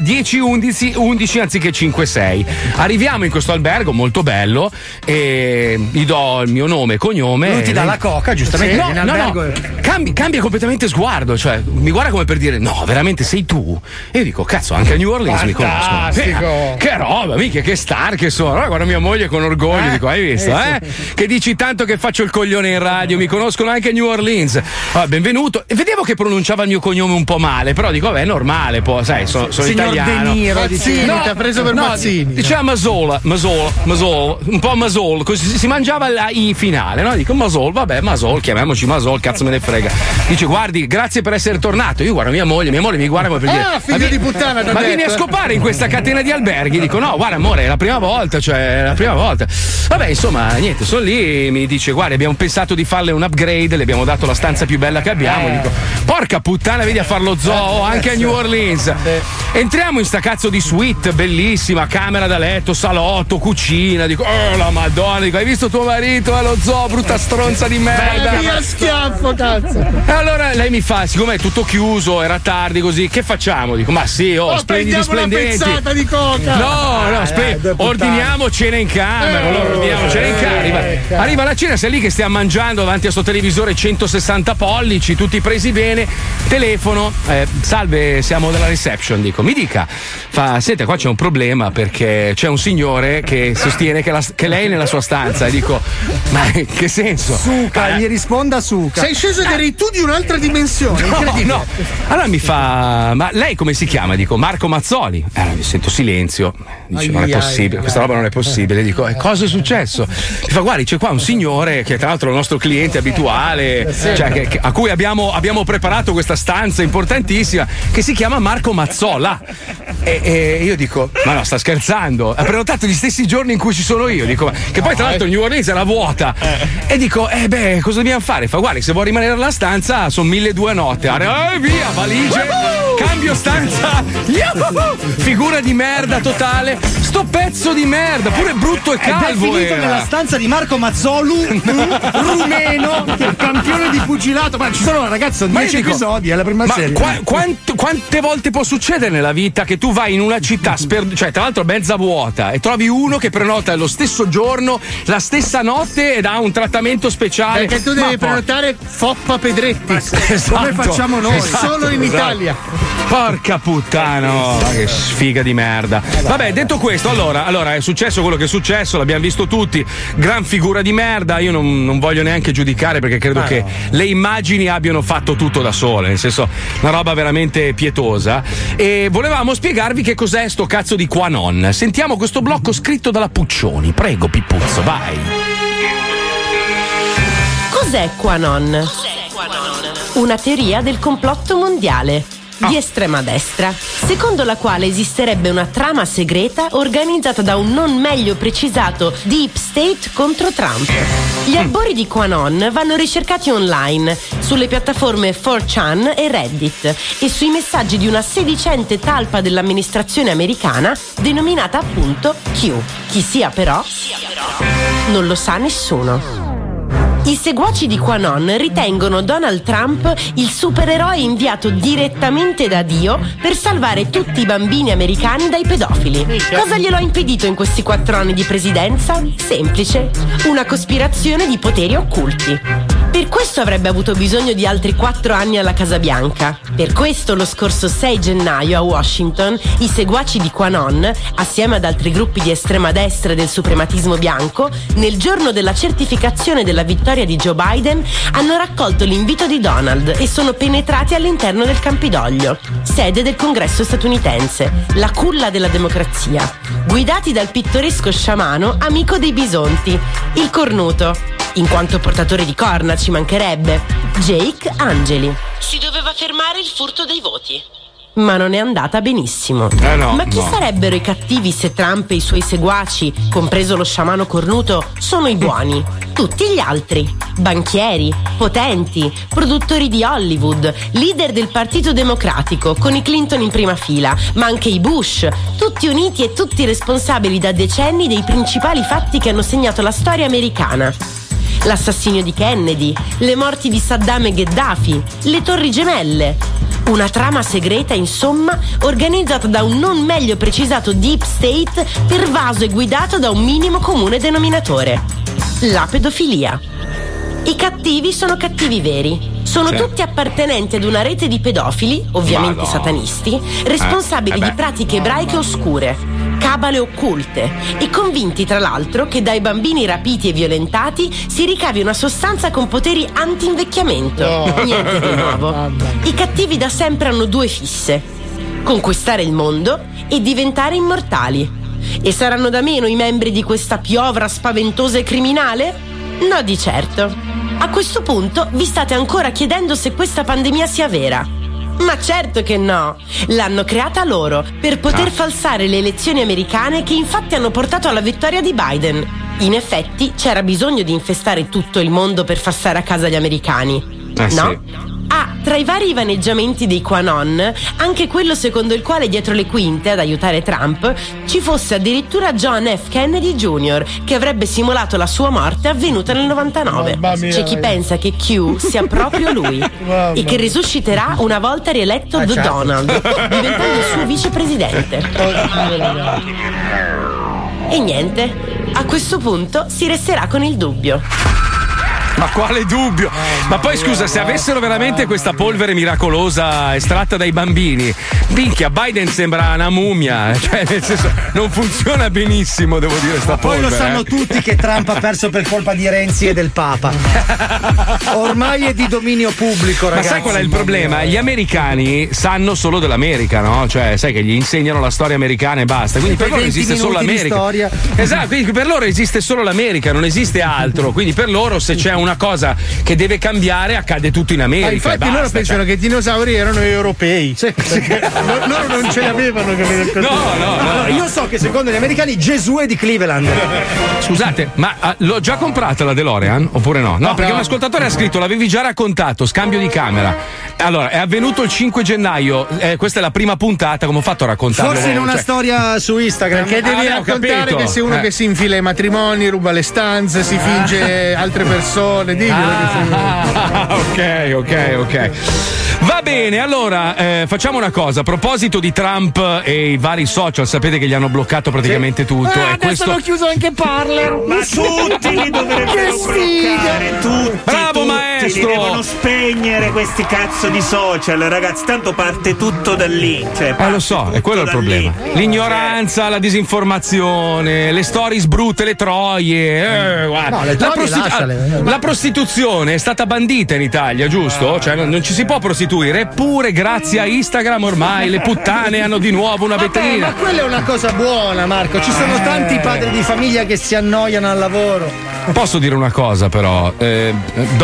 10-11 anziché 5-6. Arriviamo in questo albergo molto bello e gli do il mio nome e cognome. Lui ti dà la coca, giustamente. No. Cambia completamente sguardo, cioè mi guarda come per dire no, veramente sei tu? E io dico cazzo, anche a New Orleans mi conoscono. Che roba, mica, che star che sono. Allora guarda mia moglie con orgoglio, dico hai visto, Che dici tanto che faccio il coglione in radio, mi conoscono anche a New Orleans. Benvenuto. E vedevo che pronunciava il mio cognome un po' male, però dico vabbè, è normale, sai, sono italiano. De Niro, Mazzini, ti ha preso per Mazzini. Diceva Masol, un po' Masol, così si mangiava la I finale, no? Dico Masol, vabbè, Masol, chiamiamoci Masol, cazzo me ne frega. Dice guardi, grazie per essere tornato. Io guardo mia moglie mi guarda come per dire figlio di puttana, ma vieni a scopare in questa catena di alberghi? Dico no, guarda amore, è la prima volta. Vabbè, insomma, niente, sono lì, mi dice guarda, abbiamo pensato di farle un upgrade, le abbiamo dato la stanza più bella che abbiamo. Dico porca puttana, vedi a far lo zoo anche a New Orleans. Entriamo in sta cazzo di suite bellissima, camera da letto, salotto, cucina. Dico oh la madonna, dico hai visto tuo marito allo zoo, brutta stronza di merda. Via schiaffo, cazzo. E allora lei mi fa, siccome è tutto chiuso, era tardi così, che facciamo? Dico ma sì, splendidi, splendenti. Una pezzata di coca. No, ordiniamo cena in camera. Allora ordiniamo cena in camera. Arriva la cena, sei lì che stiamo mangiando davanti a sto televisore 160 pollici, tutti presi bene. Telefono, salve, siamo della reception. Dico, mi dica. Fa, senta, qua c'è un problema perché c'è un signore che sostiene che lei è nella sua stanza. E dico, ma in che senso? Suca, gli risponda Suca. Sei sceso ed eri tu di un'altra dimensione. No. Allora mi fa, ma lei come si chiama? Dico, Marco Mazzoli. Sento silenzio. Dice, non è possibile, questa roba non è possibile. Dico, cosa è successo? Mi fa, guardi, c'è qua un signore che tra l'altro è il nostro cliente abituale, cioè a cui abbiamo preparato questa stanza importantissima, che si chiama Marco Mazzola. E io dico, ma no, sta scherzando? Ha prenotato gli stessi giorni in cui ci sono io. Dico, che poi tra l'altro New Orleans era vuota. E dico, cosa dobbiamo fare? Fa, guardi, se vuoi rimanere nella stanza sono 1.200 notte. Via, valigie, cambio stanza. Figura di merda totale. Sto pezzo di merda, pure brutto e calvo. È finito nella stanza di Marco Mazzolu, rumeno, campione di pugilato. Ma ci sono, ragazzi, 10 episodi, è la prima serie. Quante volte può succedere nella vita che tu vai in una città, cioè tra l'altro mezza vuota, e trovi uno che prenota lo stesso giorno, la stessa notte ed ha un trattamento speciale? Perché tu devi prenotare Foppa Pedretti. Esatto, come facciamo noi, solo in Italia. Porca puttana, che sfiga di merda. Vabbè, detto questo, allora è successo quello che è successo, l'abbiamo visto tutti, gran figura di merda. Io non voglio neanche giudicare perché credo che le immagini abbiano fatto tutto da sole, nel senso, una roba veramente pietosa. E volevamo spiegarvi che cos'è sto cazzo di QAnon. Sentiamo questo blocco scritto dalla Puccioni. Prego, Pippuzzo, vai. Cos'è QAnon? Una teoria del complotto mondiale di estrema destra, secondo la quale esisterebbe una trama segreta organizzata da un non meglio precisato Deep State contro Trump. Gli albori di QAnon vanno ricercati online, sulle piattaforme 4chan e Reddit e sui messaggi di una sedicente talpa dell'amministrazione americana denominata appunto Q. Chi sia però, non lo sa nessuno. I seguaci di QAnon ritengono Donald Trump il supereroe inviato direttamente da Dio per salvare tutti i bambini americani dai pedofili. Cosa glielo ha impedito in questi 4 anni di presidenza? Semplice: una cospirazione di poteri occulti. Per questo avrebbe avuto bisogno di altri 4 anni alla Casa Bianca. Per questo lo scorso 6 gennaio a Washington i seguaci di QAnon, assieme ad altri gruppi di estrema destra e del suprematismo bianco, nel giorno della certificazione della vittoria di Joe Biden, hanno raccolto l'invito di Donald e sono penetrati all'interno del Campidoglio, sede del Congresso statunitense, la culla della democrazia, guidati dal pittoresco sciamano amico dei bisonti, il cornuto, in quanto portatore di corna ci mancherebbe, Jake Angeli. Si doveva fermare il furto dei voti, ma non è andata benissimo. Ma chi sarebbero i cattivi se Trump e i suoi seguaci, compreso lo sciamano cornuto, sono i buoni? Tutti gli altri: banchieri, potenti, produttori di Hollywood, leader del Partito Democratico con i Clinton in prima fila, ma anche i Bush, tutti uniti e tutti responsabili da decenni dei principali fatti che hanno segnato la storia americana. L'assassinio di Kennedy, le morti di Saddam e Gheddafi, le Torri Gemelle. Una trama segreta, insomma, organizzata da un non meglio precisato Deep State, pervaso e guidato da un minimo comune denominatore: la pedofilia. I cattivi sono cattivi veri. Sono tutti appartenenti ad una rete di pedofili, ovviamente satanisti, responsabili di pratiche ebraiche oscure, cabale occulte e convinti tra l'altro che dai bambini rapiti e violentati si ricavi una sostanza con poteri anti-invecchiamento. Niente di nuovo. I cattivi da sempre hanno 2 fisse: conquistare il mondo e diventare immortali. E saranno da meno i membri di questa piovra spaventosa e criminale? No, di certo. A questo punto vi state ancora chiedendo se questa pandemia sia vera. Ma certo che no! L'hanno creata loro per poter falsare le elezioni americane, che infatti hanno portato alla vittoria di Biden. In effetti c'era bisogno di infestare tutto il mondo per far stare a casa gli americani. No? Sì. Tra i vari vaneggiamenti dei QAnon, anche quello secondo il quale dietro le quinte ad aiutare Trump ci fosse addirittura John F. Kennedy Jr., che avrebbe simulato la sua morte avvenuta nel 99. C'è chi pensa che Q sia proprio lui e che risusciterà una volta rieletto The Donald, diventando il suo vicepresidente. E niente, a questo punto si resterà con il dubbio. Ma quale dubbio? Ma poi scusa, se avessero veramente questa polvere miracolosa estratta dai bambini, minchia, Biden sembra una mummia, cioè nel senso non funziona benissimo, devo dire, sta polvere. Poi lo sanno tutti che Trump ha perso per colpa di Renzi e del Papa. Ormai è di dominio pubblico, ragazzi. Ma sai qual è il problema? Gli americani sanno solo dell'America, no? Cioè, sai che gli insegnano la storia americana e basta. Quindi per loro esiste solo l'America. Esatto, quindi per loro esiste solo l'America, non esiste altro. Quindi per loro se c'è una cosa che deve cambiare accade tutto in America. Infatti basta, loro pensano che i dinosauri erano europei. Sì. Loro non ce li avevano. No. Io so che secondo gli americani Gesù è di Cleveland. Scusate, ma l'ho già comprata la DeLorean oppure no? No, perché un ascoltatore ha scritto: l'avevi già raccontato, scambio di camera. Allora, è avvenuto il 5 gennaio, questa è la prima puntata, come ho fatto a raccontarlo? Forse in una storia su Instagram. Perché devi raccontare che sei uno che si infila ai matrimoni, ruba le stanze, si finge altre persone. Ok. Va bene, allora facciamo una cosa. A proposito di Trump e i vari social, sapete che gli hanno bloccato praticamente tutto. Adesso hanno chiuso anche Parler. Ma tutti li dovrebbero bloccare. Tutti. Bravo maestro. Li devono spegnere questi cazzo di social, ragazzi. Tanto parte tutto da lì. Cioè, lo so, è quello il problema. L'ignoranza, la disinformazione, le stories brutte, le troie. No, le troie la prostituzione è stata bandita in Italia, giusto? Cioè non ci si può prostituire, eppure grazie a Instagram ormai le puttane hanno di nuovo una vetrina. Ma quella è una cosa buona, Marco. Ci sono tanti padri di famiglia che si annoiano al lavoro. Posso dire una cosa però, donne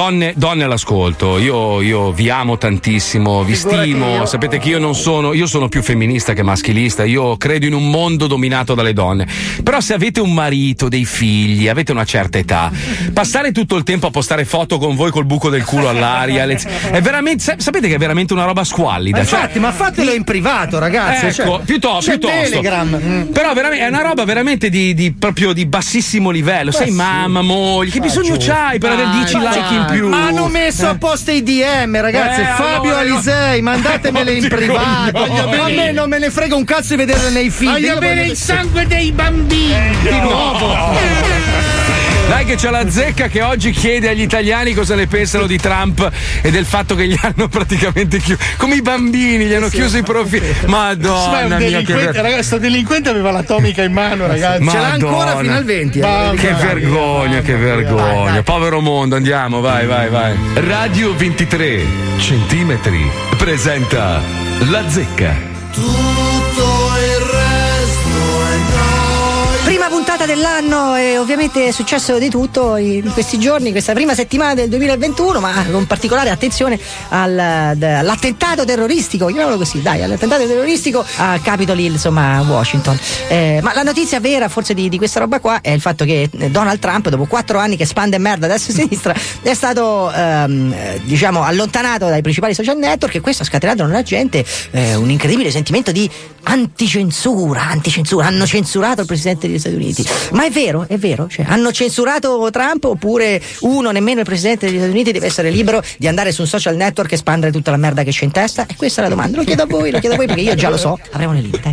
donne all'ascolto, io vi amo tantissimo, vi stimo, sapete che io sono più femminista che maschilista, io credo in un mondo dominato dalle donne, però se avete un marito, dei figli, avete una certa età, passare tutto il tempo a postare foto con voi col buco del culo all'aria, è veramente, sapete che è veramente una roba squallida. Infatti, ma fatelo in privato, ragazzi. Ecco, piuttosto. Telegram. Però veramente è una roba veramente proprio di bassissimo livello. Sei mamma, moglie, che bisogno c'hai per avere 10 like in più? Ma hanno messo apposta i DM, ragazzi. Fabio Alisei, mandatemele in privato. A me non me ne frega un cazzo di vederle nei film. Voglio bere il sangue dei bambini. Di nuovo. Dai che c'è la zecca che oggi chiede agli italiani cosa ne pensano di Trump e del fatto che gli hanno praticamente chiuso, come i bambini, gli hanno chiuso i profili. Madonna mia, ragazzi, sto delinquente aveva l'atomica in mano, ragazzi. Madonna. Ce l'ha ancora fino al 20. Che vergogna, che vergogna. Vai. Povero mondo, andiamo, vai. Radio 23 centimetri presenta La Zecca. Tutto il resto è noi. Prima puntata dell'anno e ovviamente è successo di tutto in questi giorni, questa prima settimana del 2021, ma con particolare attenzione all'attentato terroristico, chiamiamolo così, all'attentato terroristico a Capitol Hill, insomma, a Washington. Ma la notizia vera forse di questa roba qua è il fatto che Donald Trump, dopo 4 anni che spande merda a destra e a sinistra, è stato allontanato dai principali social network, e questo ha scatenato nella gente un incredibile sentimento di anticensura. Hanno censurato il presidente degli Stati Uniti. Ma è vero? Cioè, hanno censurato Trump, oppure nemmeno il presidente degli Stati Uniti deve essere libero di andare su un social network e spandere tutta la merda che c'è in testa? E questa è la domanda. Lo chiedo a voi perché io già lo so. Avremo le linte.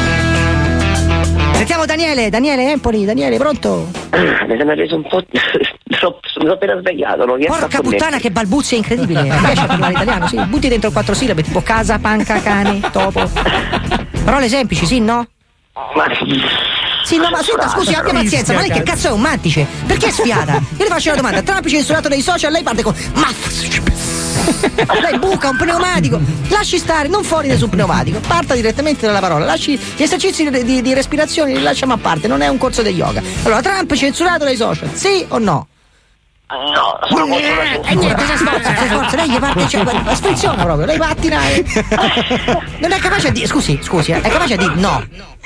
Sentiamo Daniele Empoli. Daniele, pronto? Mi sono reso un po'. Sono appena svegliato, non riesco Porca puttana, che balbuzia incredibile. Riesci a parlare italiano? Sì, butti dentro 4 sillabe, tipo casa, panca, cane, topo. Parole semplici, sì, no? Sì, no, ma senta, scusi, abbia pazienza, ma lei che cazzo è un mantice? Perché sfiata? Io le faccio una domanda, Trump censurato dai social, lei parte con lei buca un pneumatico, lasci stare, non fuori nessun pneumatico, parta direttamente dalla parola, lasci gli esercizi di respirazione, li lasciamo a parte, non è un corso di yoga. Allora, Trump censurato dai social, sì o no? No, sono molto e niente, si sforza, lei gli parte, sfriziona proprio, lei pattina non è capace di, scusi, è capace di no.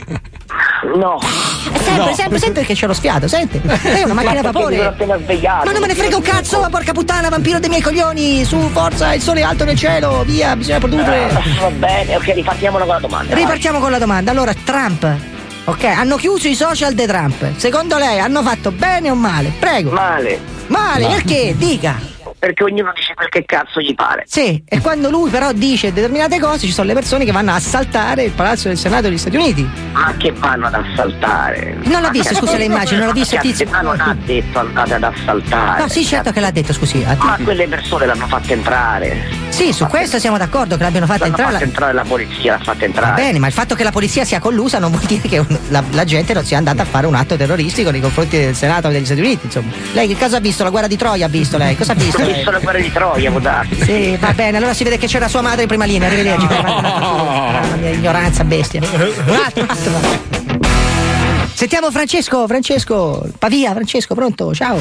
Sempre che c'è lo sfiato, sente? Lei è una macchina a vapore. Ma non me ne frega un cazzo, ma porca puttana, vampiro dei miei coglioni, su, forza, il sole è alto nel cielo, via, bisogna produrre. Va bene, ok, ripartiamo con la domanda. Allora, Trump. Ok, hanno chiuso i social di Trump. Secondo lei hanno fatto bene o male? Prego. Male, perché? Dica. Perché ognuno dice quel che cazzo gli pare. Sì, e quando lui però dice determinate cose, ci sono le persone che vanno a assaltare il Palazzo del Senato degli Stati Uniti. Ma che vanno ad assaltare? Non l'ha visto, scusa, le immagini, non l'ha visto il tizio. Ma non ha detto andate ad assaltare. No, sì, certo che l'ha detto, scusi. Ma quelle persone l'hanno fatta entrare. Sì, su questo siamo d'accordo che l'abbiano fatta entrare. Fatta entrare la polizia, l'ha fatta entrare. Va bene, ma il fatto che la polizia sia collusa non vuol dire che la gente non sia andata a fare un atto terroristico nei confronti del Senato degli Stati Uniti, insomma. Lei che cosa ha visto? La guerra di Troia ha visto lei? Cosa ha visto? Ho visto la guerra di Troia. Sì, va bene, allora si vede che c'era sua madre in prima linea, arrivederci. La mia ignoranza bestia. Un altro. Sentiamo Francesco, Pavia, pronto, ciao.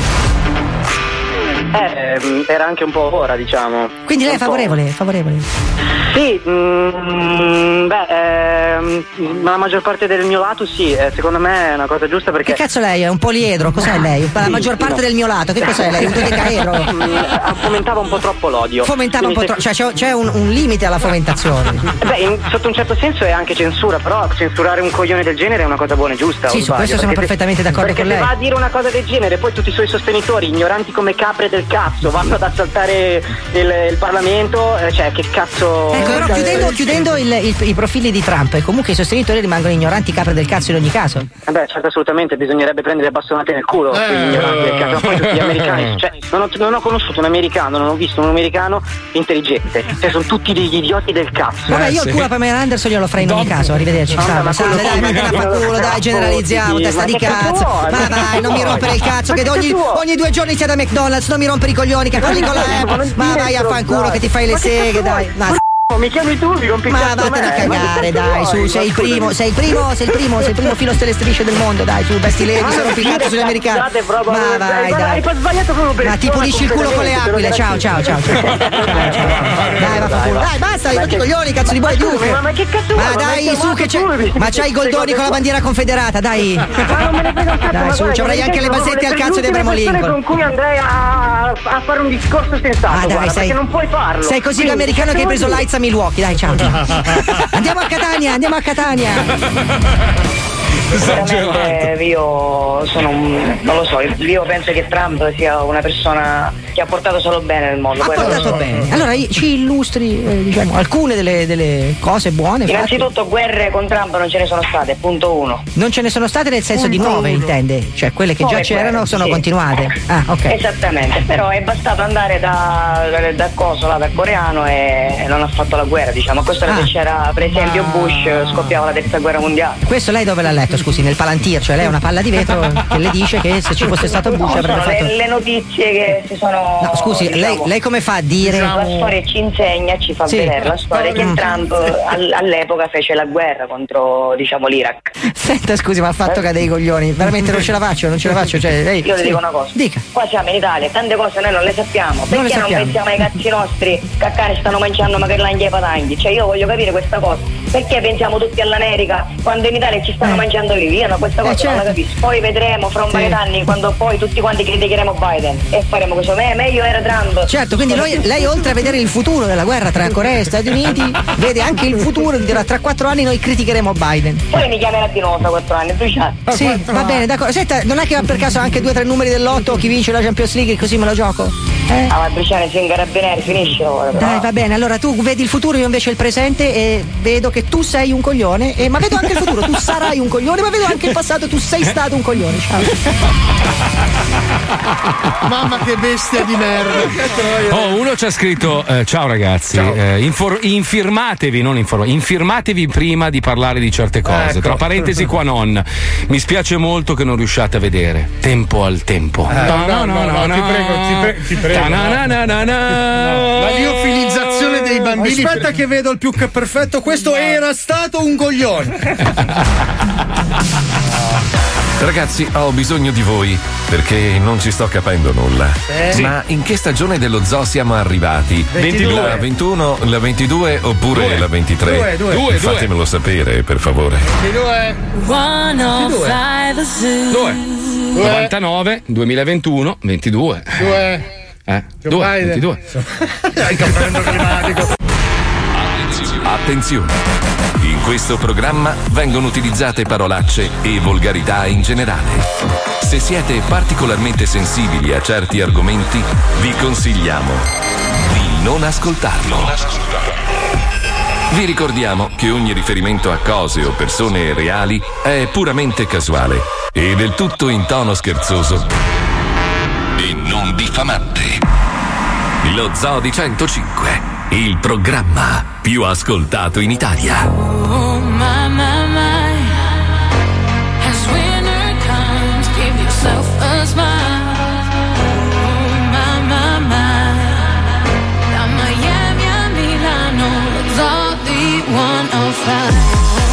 Era anche un po' ora, diciamo. Quindi lei è favorevole? Sì, la maggior parte del mio lato sì, secondo me è una cosa giusta perché... Che cazzo lei è? Un poliedro? Cos'è lei? La maggior parte del mio lato, che cos'è lei? Un dodecaedro? Fomentava un po' troppo l'odio. Cioè c'è un limite alla fomentazione. Sotto un certo senso è anche censura, però censurare un coglione del genere è una cosa buona e giusta. Sì, su questo sono perfettamente d'accordo con lei. Perché se va a dire una cosa del genere, poi tutti i suoi sostenitori, ignoranti come capre del cazzo, vanno ad assaltare il Parlamento, cioè che cazzo... Ecco, però chiudendo i profili di Trump, e comunque i sostenitori rimangono ignoranti capre del cazzo in ogni caso. Certo, assolutamente, bisognerebbe prendere bastonate nel culo quegli ignoranti del cazzo, ma poi tutti gli americani, cioè non ho conosciuto un americano, non ho visto un americano intelligente, cioè sono tutti degli idioti del cazzo. Vabbè, io il culo a Pamela Anderson glielo farei in ogni caso, arrivederci. Dai, generalizziamo, testa di cazzo. Ma vai, non mi rompere il cazzo, che ogni 2 giorni sia da McDonald's, non mi rompere i coglioni, che parli con la Apple. Ma vai a fanculo che ti fai le seghe, dai. mi chiami tu, mi rompi il cazzo. Ma vattene a cagare, dai, su, sei il primo filo stelle strisce del mondo, dai, su, vesti le mi sono rompicato sugli americani. Ma vai, dai. Ma ti pulisci il culo con le aquile, ciao. Dai, vaffanculo. Dai, basta, hai rotto i coglioni, cazzo di buoi Duke. Ma che cazzo Ma dai, su che c'è. Ma c'hai i goldoni con la bandiera confederata, dai. Dai, su, ci avrai anche le basette al cazzo di Abramo Lincoln. Con cui andrei a fare un discorso sensato, perché non puoi farlo. Sei così l'americano che hai preso l'AIDS a Milwaukee, dai, ciao. Andiamo a Catania. Veramente io sono non lo so, io penso che Trump sia una persona che ha portato solo bene nel mondo. Ha portato bene. Allora ci illustri diciamo alcune delle cose buone. Innanzitutto guerre con Trump non ce ne sono state, punto 1. Non ce ne sono state nel senso di nuove, intende? Cioè quelle che già c'erano sono continuate. Ah, ok. Esattamente, però è bastato andare da coso là, dal coreano e non ha fatto la guerra, diciamo. Questo era se c'era per esempio Bush, scoppiava la terza guerra mondiale. Questo lei dove l'ha letto? Scusi, nel Palantir, cioè lei è una palla di vetro che le dice che se ci fosse stato Bush avrebbe fatto le notizie che si sono. No, scusi, diciamo, lei come fa a dire? La storia ci insegna, ci fa vedere la storia che Trump all'epoca fece la guerra contro, diciamo, l'Iraq. Senta, scusi, ma ha fatto cadere i coglioni. Veramente non ce la faccio. Cioè, lei. Io le dico una cosa. Dica. Qua siamo in Italia, tante cose noi non le sappiamo. Perché non pensiamo ai cazzi nostri che a cane stanno mangiando magari l'anghia e i patanghi? Cioè io voglio capire questa cosa. Perché pensiamo tutti all'America quando in Italia ci stanno mangiando lì? Io questa cosa non la capisco. Poi vedremo fra un paio d'anni quando poi tutti quanti criticheremo Biden e faremo questo. Meglio era Trump. Certo, quindi lei oltre a vedere il futuro della guerra tra Corea e Stati Uniti vede anche il futuro di tra 4 anni noi criticheremo Biden. Poi mi chiamerà di nuovo tra 4 anni, tu Sì, va bene, d'accordo. Senta, non è che va per caso anche 2 o 3 numeri dell'otto chi vince la Champions League così me lo gioco? Ma Luciano sei in carabinieri, finisci l'ora. Dai, va bene, allora tu vedi il futuro, io invece il presente e vedo che tu sei un coglione, ma vedo anche il futuro, tu sarai un coglione, ma vedo anche il passato, tu sei stato un coglione. Ciao. Mamma che bestia di merda. Uno ci ha scritto ciao ragazzi, infirmatevi prima di parlare di certe cose. Tra parentesi qua non. Mi spiace molto che non riusciate a vedere. Tempo al tempo. No, ti prego. La liofilizzazione dei bambini. Aspetta che vedo il più che perfetto. Questo era stato un coglione. Ragazzi, ho bisogno di voi perché non ci sto capendo nulla. Ma in che stagione dello zoo siamo arrivati? 22. La 21, la 22 oppure la 23? 2. Fatemelo sapere, per favore. 99, 2021, 22. 22. Il cambiamento climatico. Attenzione! In questo programma vengono utilizzate parolacce e volgarità in generale. Se siete particolarmente sensibili a certi argomenti, vi consigliamo di non ascoltarlo. Vi ricordiamo che ogni riferimento a cose o persone reali è puramente casuale e del tutto in tono scherzoso e non diffamante. Lo Zoo di 105, il programma più ascoltato in Italia. Oh, my, my, my. As winter comes, give yourself a smile. Oh, my, my, my. Da Miami a Milano, lo Zoo di 105.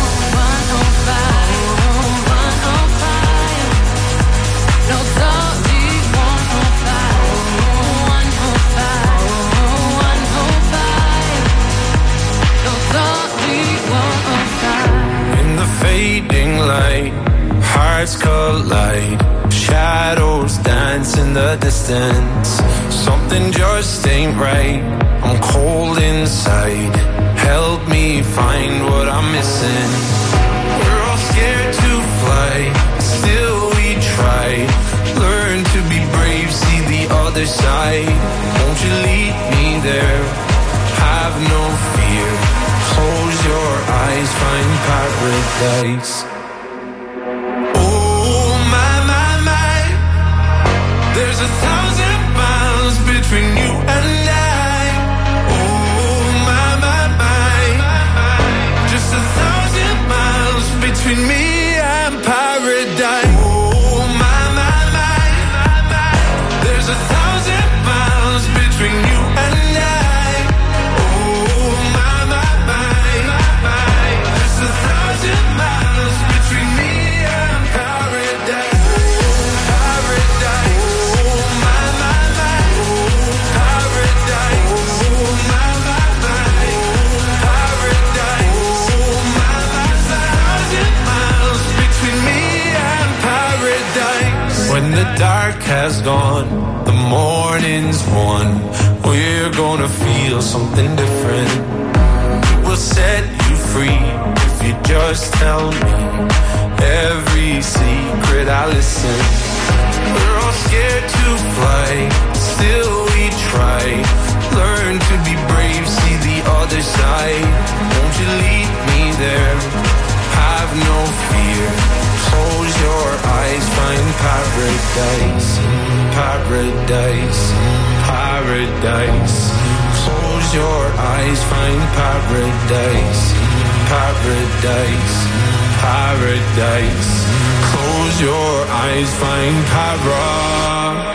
Fading light, hearts collide, shadows dance in the distance. Something just ain't right, I'm cold inside. Help me find what I'm missing. We're all scared to fly, still we try. Learn to be brave, see the other side. Won't you lead me there? Have no fear. Close your eyes, find paradise. Oh my, my, my. There's 1,000 miles between you and I. Oh my, my, my. Just 1,000 miles between me and paradise. Oh my, my, my. There's 1,000 miles between you and I. Oh my, my. has gone, the morning's won. We're gonna feel something different. We'll set you free if you just tell me every secret I listen. We're all scared to fly, still we try. Learn to be brave, see the other side. Won't you lead me there? Have no fear. Close your eyes, find paradise, paradise, paradise. Close your eyes, find paradise, paradise, paradise. Close your eyes, find paradise.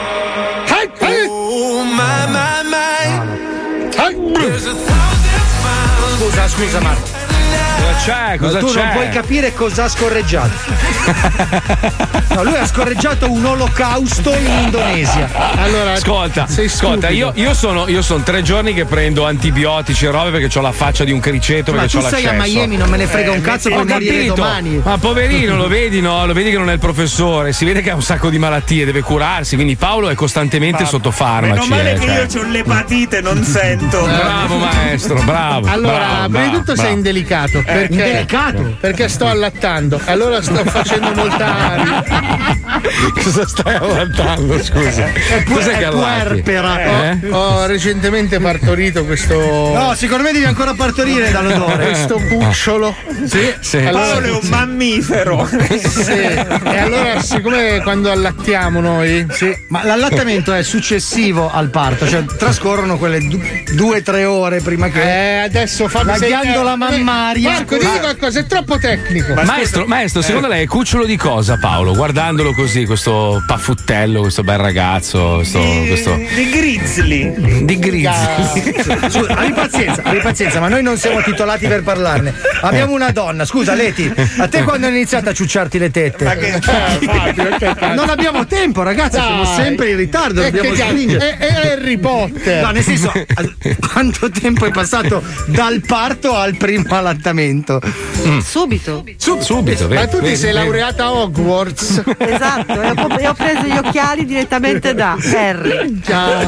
Oh my, my, my. There's a thousand miles. Scusa Marco. Cosa tu c'è? Non puoi capire cosa ha scorreggiato. No, lui ha scorreggiato un olocausto in Indonesia. Allora, ascolta, io sono 3 giorni che prendo antibiotici e robe perché ho la faccia di un criceto. Ma perché tu c'ho sei l'accesso. a Miami, non me ne frega un cazzo, puoi morire domani. Ma poverino, lo vedi, no? Lo vedi che non è il professore, si vede che ha un sacco di malattie, deve curarsi, quindi Paolo è costantemente sotto farmaci. Meno male che io ho l'epatite, non sento. Bravo maestro, bravo. Allora, prima di tutto sei indelicato. Perché sto allattando, allora sto facendo molta aria. Cosa stai allattando, scusa? Cos'è che allatti? Ho recentemente partorito questo. No, secondo me devi ancora partorire dall'odore. Questo cucciolo. Sì. Allora, Paolo è un mammifero. Sì. E allora, siccome quando allattiamo noi. Sì. Ma l'allattamento è successivo al parto, cioè trascorrono quelle 2-3 ore prima che. Adesso fammi la ghiandola mammaria. Marco, digli qualcosa, è troppo tecnico. Maestro, secondo lei è cucciolo di cosa, Paolo? Guardandolo così, questo paffuttello, questo bel ragazzo, questo... Di grizzly. Di grizzly. Scusa, abbi pazienza, ma noi non siamo titolati per parlarne. Abbiamo una donna, scusa Leti, a te quando hai iniziato a ciucciarti le tette? Ma che non abbiamo tempo, ragazzi, siamo sempre in ritardo, dobbiamo spingere. È Harry Potter. No, nel senso, quanto tempo è passato dal parto al primo allattamento? Subito. Subito, ma tu ti sei laureata a Hogwarts. Esatto, e ho preso gli occhiali direttamente da Harry.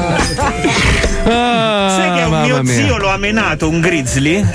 Sai che un mio zio lo ha menato un grizzly?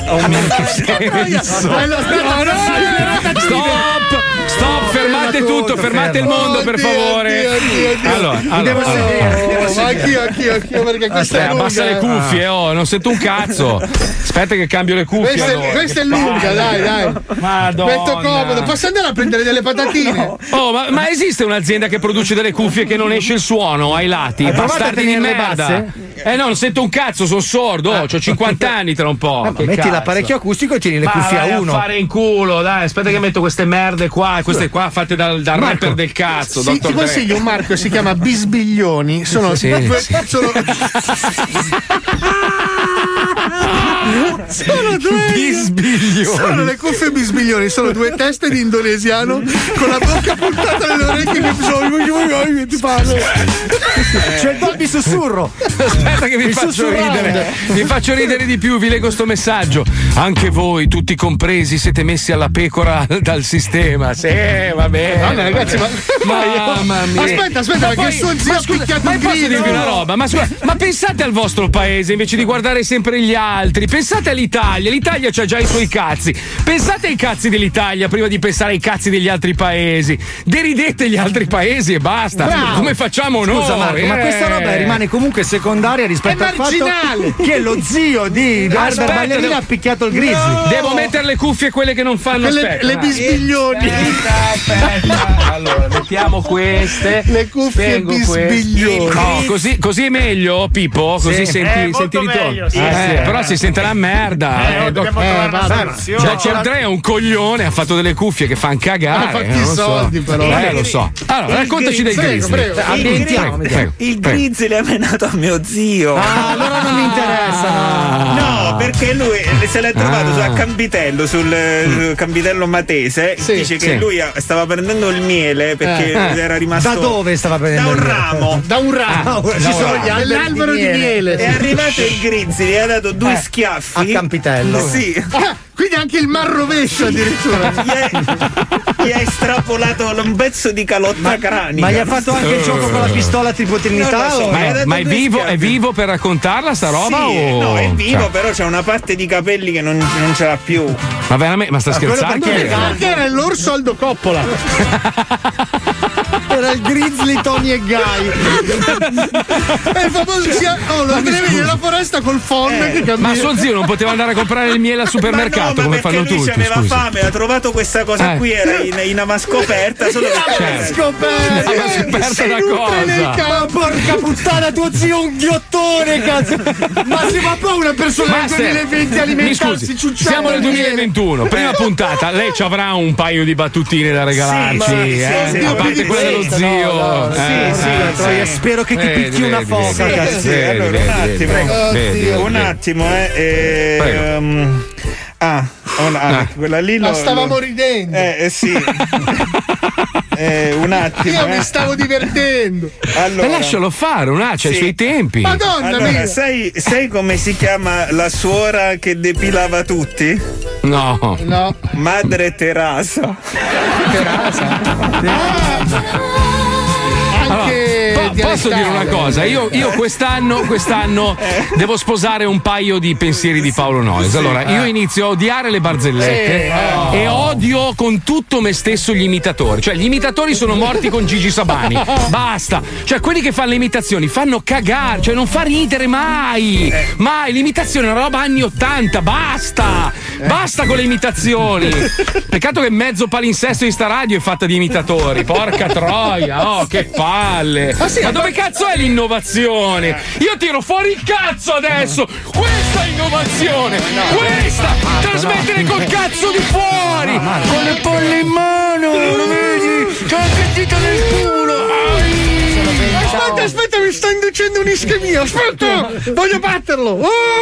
Stop, fermate tutto, fermate il mondo, per favore. Allora, devo sedere. Anch'io, perché questa è lunga. Abbassa le cuffie, non sento un cazzo. Aspetta che cambio le cuffie. Questa è lunga, dai. Madonna. Metto comodo. Posso andare a prendere delle patatine? No. Ma esiste un'azienda che produce delle cuffie che non esce il suono ai lati? Bastardi di merda. No, non sento un cazzo, sono sordo. Ho 50 anni tra un po'. Metti l'apparecchio acustico e tieni le cuffie a uno. Ma fare in culo, dai. Aspetta che metto queste merde qua. Queste qua fatte dal rapper del cazzo. Sì, ti consiglio un marchio, si chiama Bisbiglioni. Sono due bisbiglioni. Sono le cuffie bisbiglioni, sono 2 teste di indonesiano con la bocca puntata nelle orecchie che ti fanno. C'è il Dolby sussurro. Aspetta che vi faccio ridere di più, vi leggo sto messaggio. Anche voi, tutti compresi, siete messi alla pecora dal sistema. Sì, va bene. Vabbè, ragazzi, mamma mia. Aspetta, perché suo zio ha picchiato un posso dirvi una roba? Ma pensate al vostro paese invece di guardare sempre gli altri. Pensate all'Italia. L'Italia c'ha già i suoi cazzi. Pensate ai cazzi dell'Italia prima di pensare ai cazzi degli altri paesi. Deridete gli altri paesi e basta. Bravo. Come facciamo noi? Scusa Marco, ma questa roba rimane comunque secondaria rispetto al fatto che lo zio di Herbert Ballerina ha picchiato il grizzly. No. Devo mettere le cuffie quelle che non fanno le bisbiglioni. Aspetta. Allora, mettiamo queste. Le cuffie bisbiglioni. No, così è meglio, Pippo? Così senti il tono. Sì. Però si sente la merda. Dr. Dre è un coglione, ha fatto delle cuffie che fanno cagare. Ha fatto i soldi, però. Lo so. Allora, raccontaci del grizzly. Ambientiamo. Il grizzly ha menato a mio zio. Allora non mi interessa. No, perché lui se l'è trovato a Campitello, sul Campitello Matese. Dice che lui stava prendendo il miele perché era rimasto. Da dove stava prendendo? Da un ramo. Da un ramo. Ci sono gli alberi l'albero di miele. È arrivato il grizzly e ha dato 2 schiaffi a Campitello. Sì. Quindi anche il mar rovescio addirittura. Gli hai estrapolato un pezzo di calotta cranica. Ma gli ha fatto anche il gioco con la pistola tipo Trinità? So, ma è vivo per raccontarla sta roba? Sì, no, è vivo, però c'è una parte di capelli che non ce l'ha più. Ma veramente? Ma sta scherzando? Perché era l'orso Aldo Coppola. Era il Grizzly Tony e Guy. È il famoso lo vedi nella foresta col phon che cammina. Ma suo zio non poteva andare a comprare il miele al supermercato come fanno tutti? Lui aveva fame, ha trovato questa cosa qui, era in ama scoperta. Solo scoperta da cosa? Porca puttana, tuo zio è un ghiottone, cazzo. Ma si fa poi una persona nel 2020 alimentarsi ciucciare. Siamo nel 2021, prima puntata, lei ci avrà un paio di battutine da regalarci, a parte quella dello zio. Sì, spero che ti picchi una foca. Allora, un attimo. Quella lì la stavamo ridendo. Sì. Un attimo. Io mi stavo divertendo. Allora, lascialo fare, c'ha i suoi tempi. Madonna mia. Sai come si chiama la suora che depilava tutti? No. Madre Teresa. Posso dire una cosa? Io quest'anno devo sposare un paio di pensieri di Paolo Noyes. Allora, io inizio a odiare le barzellette e odio con tutto me stesso gli imitatori. Cioè, gli imitatori sono morti con Gigi Sabani. Basta. Cioè, quelli che fanno le imitazioni fanno cagare, cioè non fa ridere mai. Mai. L'imitazione è una roba anni 80. Basta. Basta con le imitazioni. Peccato che mezzo palinsesto di sta radio è fatta di imitatori. Porca troia. Che palle. Ma dove cazzo è l'innovazione? Io tiro fuori il cazzo adesso! Questa è innovazione! Questa! Trasmettere col cazzo di fuori! Con le polle in mano! Lo vedi? C'ho la dita nel culo! Aspetta, mi sta inducendo un'ischemia. Aspetta, voglio batterlo.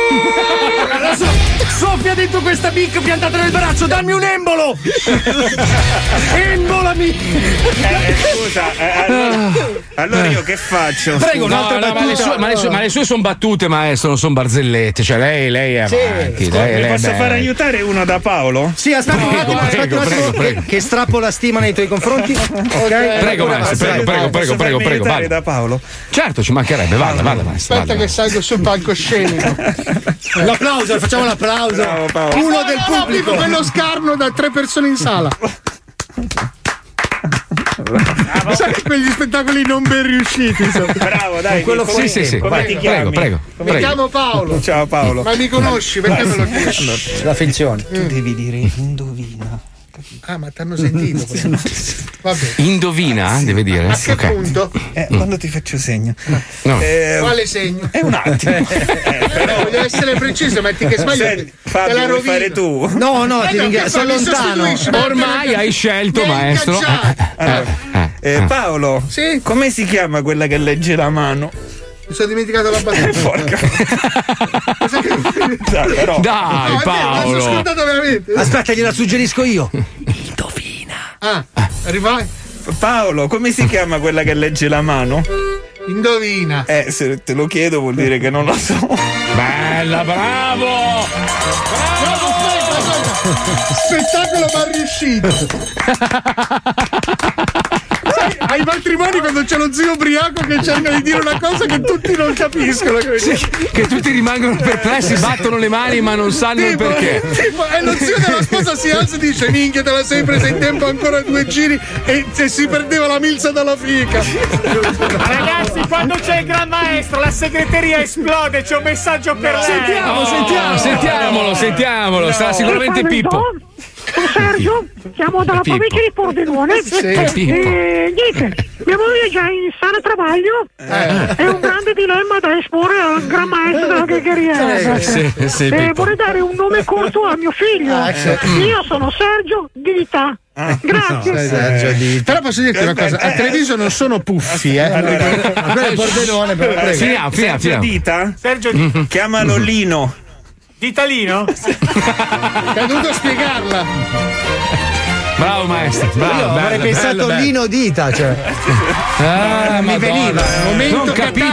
Soffia dentro questa bicca piantata nel braccio, dammi un embolo. Embolami. Scusa, allora io che faccio? Prego, un'altra battuta. Ma le sue sono battute, maestro, non sono barzellette. Cioè, lei è avanti. Mi posso far aiutare uno da Paolo? Sì, aspetta un attimo, prego. che strappo la stima nei tuoi confronti. Okay. Prego, maestro, prego. Vai da Paolo. Certo, ci mancherebbe, vada, maestro. Aspetta che salgo sul palcoscenico. L'applauso, facciamo l'applauso. Bravo, uno del pubblico. Quello scarno da 3 persone in sala. Sai quegli spettacoli non ben riusciti. Bravo, dai. Quello sì. Come ti chiami? Prego. Mi chiamo Paolo. Ciao Paolo. Ma mi conosci? Perché me lo dici? La finzione. Tu devi dire indovina. Ah, ma t'hanno sentito? Vabbè. Indovina, deve dire. A che punto? Quando ti faccio segno. No. Quale segno? È un attimo. Però voglio essere preciso, metti che sbagli. Fabio, te la vuoi fare tu? No, ti ringrazio. Sono lontano. Ormai hai scelto, maestro. Paolo, sì? Come si chiama quella che legge la mano? Mi sono dimenticato la battuta. Porca. Dai, Paolo. L'ho ascoltato veramente. Aspetta, gliela suggerisco io. Indovina. Arrivai. Paolo, come si chiama quella che legge la mano? Indovina. Se te lo chiedo vuol dire che non lo so. Bella, bravo! Spettacolo ma riuscito. Sai, ai matrimoni quando c'è lo zio ubriaco che cerca di dire una cosa che tutti non capiscono. Che tutti rimangono perplessi, battono le mani ma non sanno il perché. E lo zio della sposa si alza e dice: minchia, te la sei presa in tempo ancora 2 giri e si perdeva la milza dalla fica. Ragazzi, quando c'è il gran maestro la segreteria esplode, c'è un messaggio per lei. Sentiamolo, sarà sicuramente Pippo. Sono Sergio, siamo dalla provincia di Pordenone. Niente, mia moglie è già in sala travaglio. È un grande dilemma da esporre al gran maestro della ghegheria. Vorrei dare un nome corto a mio figlio. Io sono Sergio Dita. Grazie. Però posso dirti una cosa, a Treviso non sono puffi, Allora, quello è Pordenone, però prego. Sergio Dita? Sergio Dita. Chiamalo Lino. Ditalino? Hai dovuto spiegarla. Bravo maestro, bravo. Io avrei pensato Lino Dita, cioè. Mi veniva. Momento Non capite un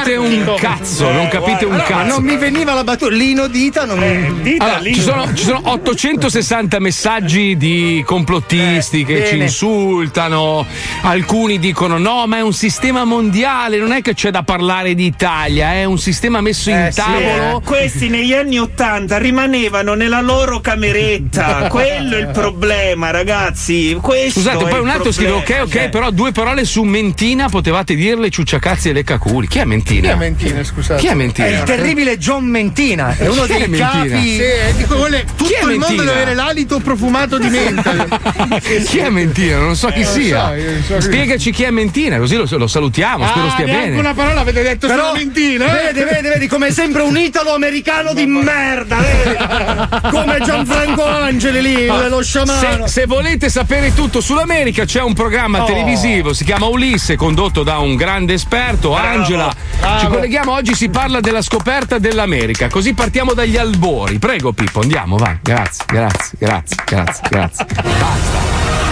un cazzo, non capite un cazzo. Non mi veniva la battuta, Lino Dita non mi... Allora, ci sono 860 messaggi di complottisti che ci insultano, alcuni dicono no, ma è un sistema mondiale, non è che c'è da parlare di Italia, è un sistema messo in tavolo. Questi negli anni '80 rimanevano nella loro cameretta, quello è il problema, ragazzi. Scusate, poi un altro scrive ok, però due parole su Mentina potevate dirle ciucciacazzi e leccaculi. Chi è Mentina? Chi è Mentina, scusate? Chi è Mentina? È il terribile John Mentina, è uno dei capi. Dico, tutto il mondo deve avere l'alito profumato di menta. Chi è Mentina? Non so chi sia. Spiegaci chi è Mentina, così lo salutiamo, spero stia bene. Neanche una parola avete detto solo Mentina. Vedi come sempre un italo-americano di merda, vedi? Come Gianfranco Angeli lì, lo sciamano. Se volete sapere tutto sull'America c'è un programma televisivo, si chiama Ulisse, condotto da un grande esperto, Angela. Ci colleghiamo, oggi si parla della scoperta dell'America, così partiamo dagli albori. Prego Pippo, andiamo, vai. Grazie. Basta.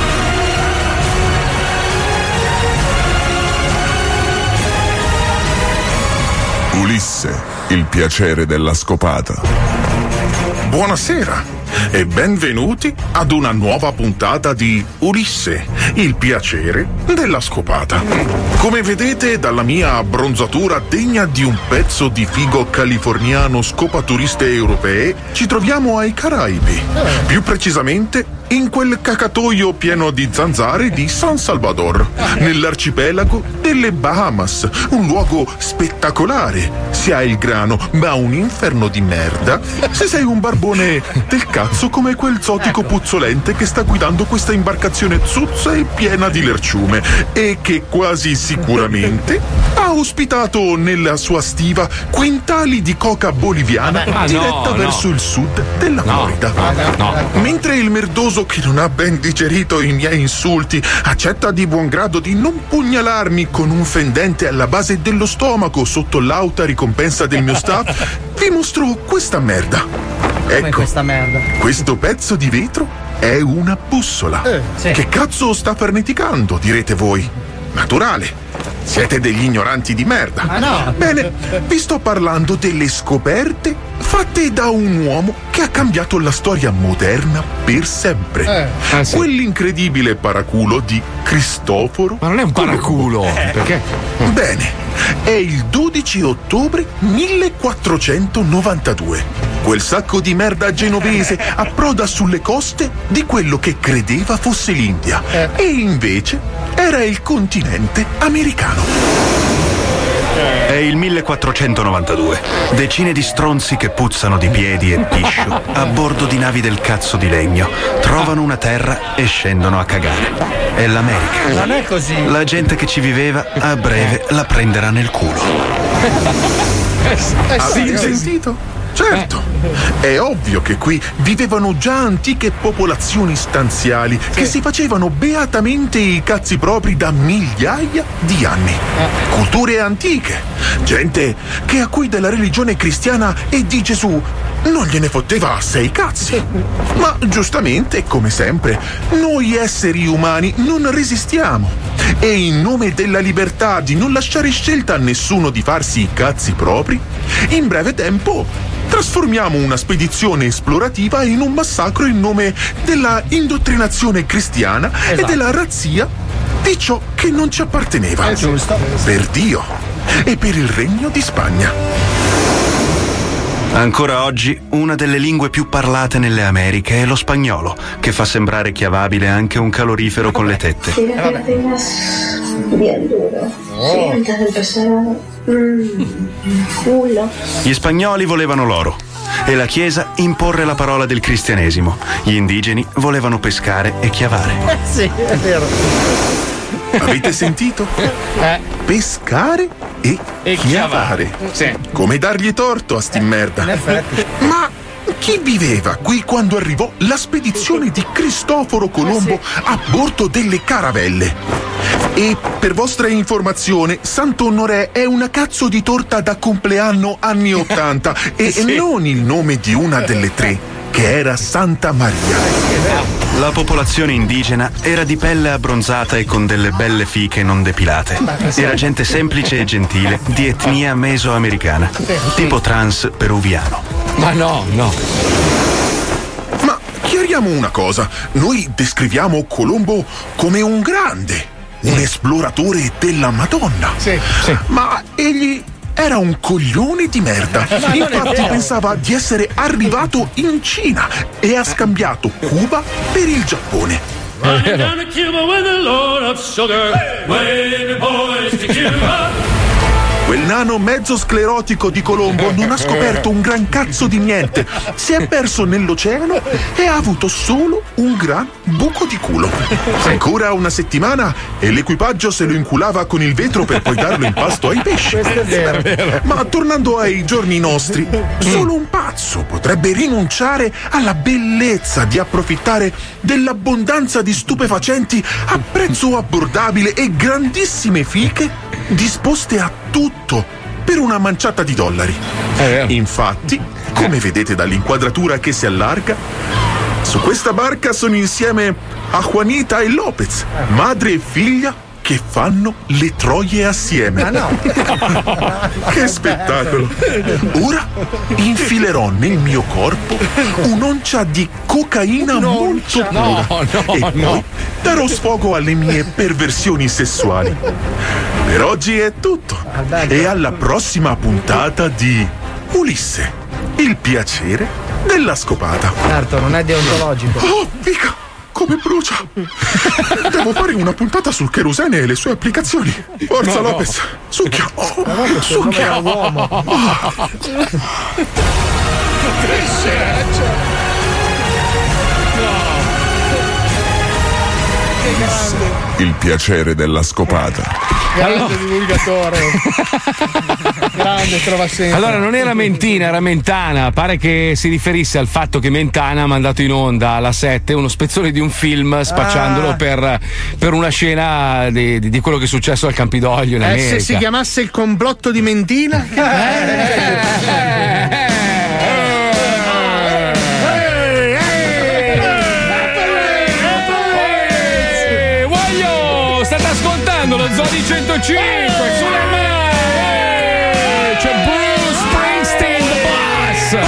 Ulisse, il piacere della scopata. Buonasera e benvenuti ad una nuova puntata di Ulisse, il piacere della scopata. Come vedete dalla mia abbronzatura degna di un pezzo di figo californiano scopaturiste europee, ci troviamo ai Caraibi, più precisamente in quel cacatoio pieno di zanzare di San Salvador, nell'arcipelago delle Bahamas, un luogo spettacolare se hai il grano, ma un inferno di merda se sei un barbone del cazzo come quel zotico puzzolente che sta guidando questa imbarcazione zuzza e piena di lerciume e che quasi sicuramente ha ospitato nella sua stiva quintali di coca boliviana diretta verso il sud della Florida. Mentre il merdoso che non ha ben digerito i miei insulti accetta di buon grado di non pugnalarmi con un fendente alla base dello stomaco sotto l'auta ricompensa del mio staff, vi mostro questa merda. Ecco, questa merda? Questo pezzo di vetro è una bussola. Che cazzo sta farneticando, direte voi? Naturale. Siete degli ignoranti di merda. Ma no. Bene, vi sto parlando delle scoperte fatte da un uomo che ha cambiato la storia moderna per sempre. Quell'incredibile paraculo di Cristoforo. Ma non è un paraculo, perché? Bene, è il 12 ottobre 1492. Quel sacco di merda genovese approda sulle coste di quello che credeva fosse l'India e invece era il continente americano. È il 1492. Decine di stronzi che puzzano di piedi e piscio a bordo di navi del cazzo di legno trovano una terra e scendono a cagare. È l'America. Non è così. La gente che ci viveva a breve la prenderà nel culo. Avete sentito? Certo, è ovvio che qui vivevano già antiche popolazioni stanziali che si facevano beatamente i cazzi propri da migliaia di anni. Culture antiche, gente che a cui della religione cristiana e di Gesù non gliene fotteva 6 cazzi. Ma giustamente, come sempre, noi esseri umani non resistiamo e in nome della libertà di non lasciare scelta a nessuno di farsi i cazzi propri, in breve tempo trasformiamo una spedizione esplorativa in un massacro in nome della indottrinazione cristiana e della razzia di ciò che non ci apparteneva. Per Dio e per il Regno di Spagna. Ancora oggi una delle lingue più parlate nelle Americhe è lo spagnolo, che fa sembrare chiavabile anche un calorifero con le tette. Si la carreras bien duro. Sí, antes de empezar. Culo. Gli spagnoli volevano l'oro e la Chiesa imporre la parola del cristianesimo. Gli indigeni volevano pescare e chiavare. Sì, è vero. Avete sentito? Pescare e chiavare. Sì. Come dargli torto a sti merda. Ma chi viveva qui quando arrivò la spedizione di Cristoforo Colombo a bordo delle caravelle? E per vostra informazione, Sant'Onorè è una cazzo di torta da compleanno anni 80 e non il nome di una delle 3 che era Santa Maria. La popolazione indigena era di pelle abbronzata e con delle belle fiche non depilate. Era gente semplice e gentile, di etnia mesoamericana, tipo trans peruviano. Ma no. Ma chiariamo una cosa, noi descriviamo Colombo come un grande, un esploratore della Madonna. Sì. Ma egli era un coglione di merda. Infatti pensava di essere arrivato in Cina e ha scambiato Cuba per il Giappone. Quel nano mezzo sclerotico di Colombo non ha scoperto un gran cazzo di niente. Si è perso nell'oceano e ha avuto solo un gran buco di culo. Ancora una settimana e l'equipaggio se lo inculava con il vetro per poi darlo in pasto ai pesci. Questo è vero. Ma tornando ai giorni nostri, solo un pazzo potrebbe rinunciare alla bellezza di approfittare dell'abbondanza di stupefacenti a prezzo abbordabile e grandissime fiche disposte a tutto per una manciata di dollari. Infatti, come vedete dall'inquadratura che si allarga, su questa barca sono insieme a Juanita e Lopez, madre e figlia che fanno le troie assieme. Che spettacolo! Ora infilerò nel mio corpo un'oncia di cocaina molto pura e poi darò sfogo alle mie perversioni sessuali. Per oggi è tutto e alla prossima puntata di Ulisse, il piacere della scopata. Certo, non è deontologico. Oh, mica! Come brucia! Devo fare una puntata sul cherosene e le sue applicazioni. Forza Lopez, succhia! Succhia! Uomo. Il piacere della scopata. Grande divulgatore. Grande, trova sempre. Allora non era Mentina, era Mentana. Pare che si riferisse al fatto che Mentana ha mandato in onda alla 7 uno spezzone di un film spacciandolo per una scena di quello che è successo al Campidoglio in America. Se si chiamasse Il complotto di Mentina? State ascoltando lo Zodi 105 sulle mani. C'è Bruce Springsteen, the boss.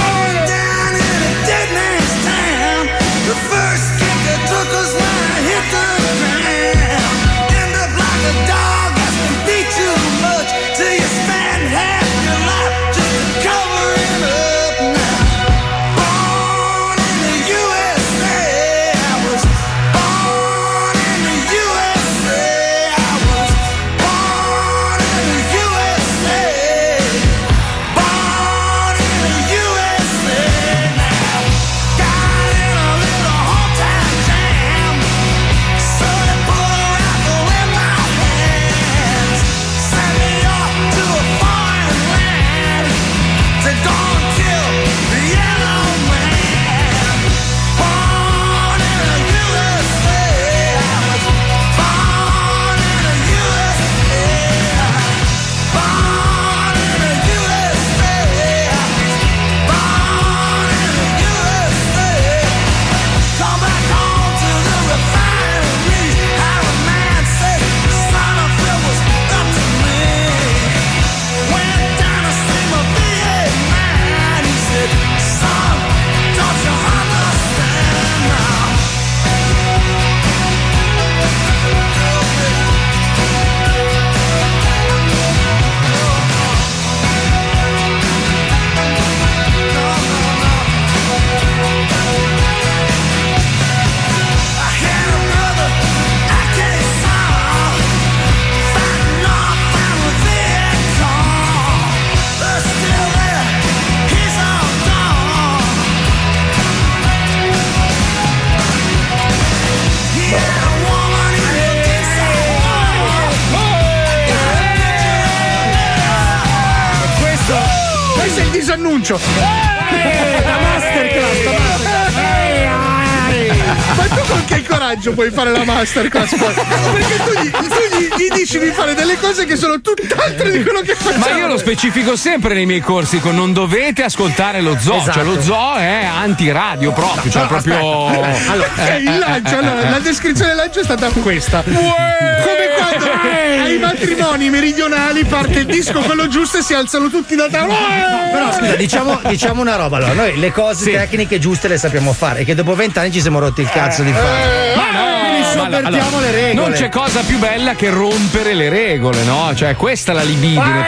Disannuncio. La masterclass. Ma tu con che coraggio puoi fare la masterclass poi? Perché tu gli dici di fare delle cose che sono tutt'altro di quello che facciamo. Ma io lo specifico sempre nei miei corsi con non dovete ascoltare lo zoo, Esatto. cioè lo zoo è antiradio proprio, cioè proprio Il lancio, allora, la descrizione del lancio è stata questa. Come quando ai matrimoni meridionali parte il disco quello giusto e si alzano tutti da tavola. Però scusa, diciamo una roba. Allora, noi le cose tecniche giuste le sappiamo fare, e che dopo 20 anni ci siamo rotti il cazzo di fare. Ma no, quindi sovvertiamo le regole. Non c'è cosa più bella che rompere le regole, no? Cioè, questa è la libidine,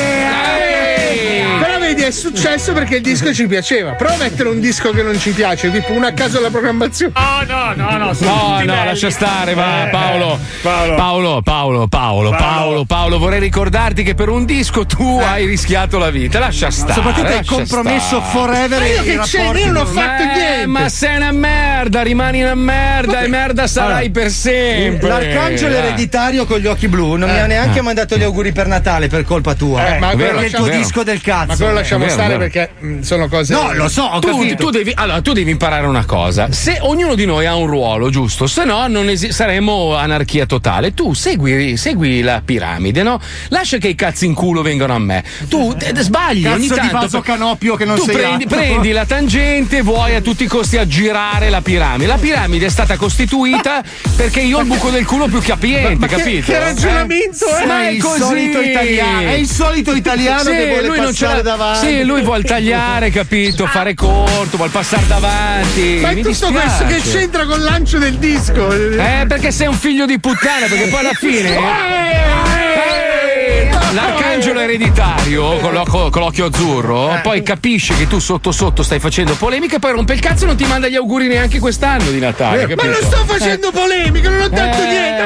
Però vedi, è successo perché il disco ci piaceva. Prova a mettere un disco che non ci piace, tipo una a caso alla programmazione. No, lascia stare, va, Paolo, vorrei ricordarti che per un disco tu hai rischiato la vita, lascia stare. Soprattutto hai lascia compromesso stare. forever Ma io i che rapporti. c'è? Io non ho fatto niente. Ma sei una merda, rimani una merda e merda sarai per sempre. L'arcangelo ereditario con gli occhi blu non mi ha neanche mandato gli auguri per Natale per colpa tua. Ma perché quello il tuo disco del cazzo. Ma quello lasciamo stare perché sono cose. No, lo so, ho capito. Tu devi imparare una cosa. Se ognuno di noi ha un ruolo, giusto? Se no, saremo anarchia totale. Tu segui la piramide, no? Lascia che i cazzi in culo vengano a me. Tu sbagli Cazzo ogni di tanto. vaso canopio che non tu sei prendi la tangente, vuoi a tutti i costi aggirare la piramide. La piramide è stata costituita perché io ho il buco del culo più capiente, capito? Che ragionamento è? Ma è il così. solito italiano. È il solito italiano che vuole lui non passare davanti. Sì, lui vuol tagliare, capito? Fare corto, vuol passare davanti. Ma è Mi tutto dispiace. questo che c'entra col lancio del disco? Perché sei un figlio di puttana, perché poi alla fine. L'arcangelo ereditario con l'occhio azzurro poi capisce che tu sotto stai facendo polemica e poi rompe il cazzo e non ti manda gli auguri neanche quest'anno di Natale. Ma capito? non sto facendo polemica, non ho detto niente.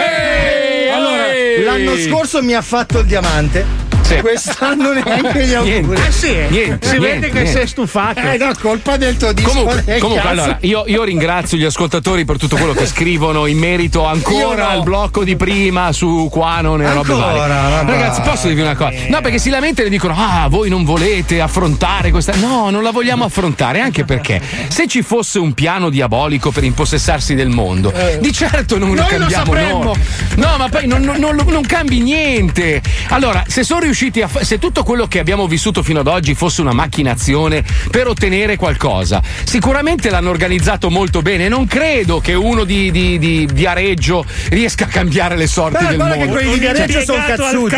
Allora, l'anno scorso mi ha fatto il diamante. Quest'anno neanche gli auguri. Si vede che sei stufato. No, colpa del tuo disco. Comunque allora, io ringrazio gli ascoltatori per tutto quello che scrivono in merito ancora al blocco di prima su Quanon e robe varie. Ragazzi, posso dirvi una cosa? No, perché si lamentano e dicono: voi non volete affrontare questa. No, non la vogliamo affrontare, anche perché se ci fosse un piano diabolico per impossessarsi del mondo, di certo non lo cambiamo noi. No, ma poi non cambi niente. Allora, se sono riusciti se tutto quello che abbiamo vissuto fino ad oggi fosse una macchinazione per ottenere qualcosa, sicuramente l'hanno organizzato molto bene. Non credo che uno di Viareggio riesca a cambiare le sorti del mondo. Che quelli di Viareggio sono cazzuti.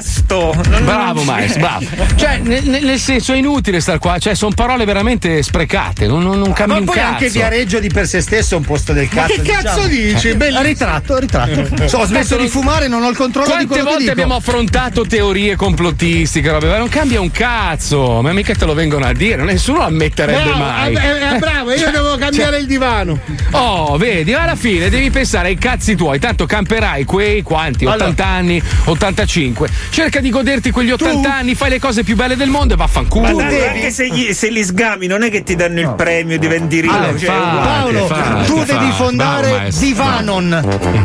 Bravo maestro, bravo. Cioè, nel senso è inutile star qua, cioè sono parole veramente sprecate, non cambi un cazzo. Ma poi anche Viareggio di per se stesso è un posto del cazzo. Ma che cazzo dici? Ritratto. Ho smesso di fumare, non ho il controllo di quello che dico. Quante volte abbiamo affrontato teorie complottistiche, robe, ma non cambia un cazzo, ma mica te lo vengono a dire, nessuno lo ammetterebbe mai. Bravo, io devo cambiare il divano. Oh, vedi, alla fine devi pensare ai cazzi tuoi, tanto camperai quei quanti, 80 anni, 85. Cerca di goderti quegli 80 anni, fai le cose più belle del mondo e vaffanculo. Ma anche se li sgami, non è che ti danno il premio, diventi ricco. Paolo, tu devi fondare Divanon.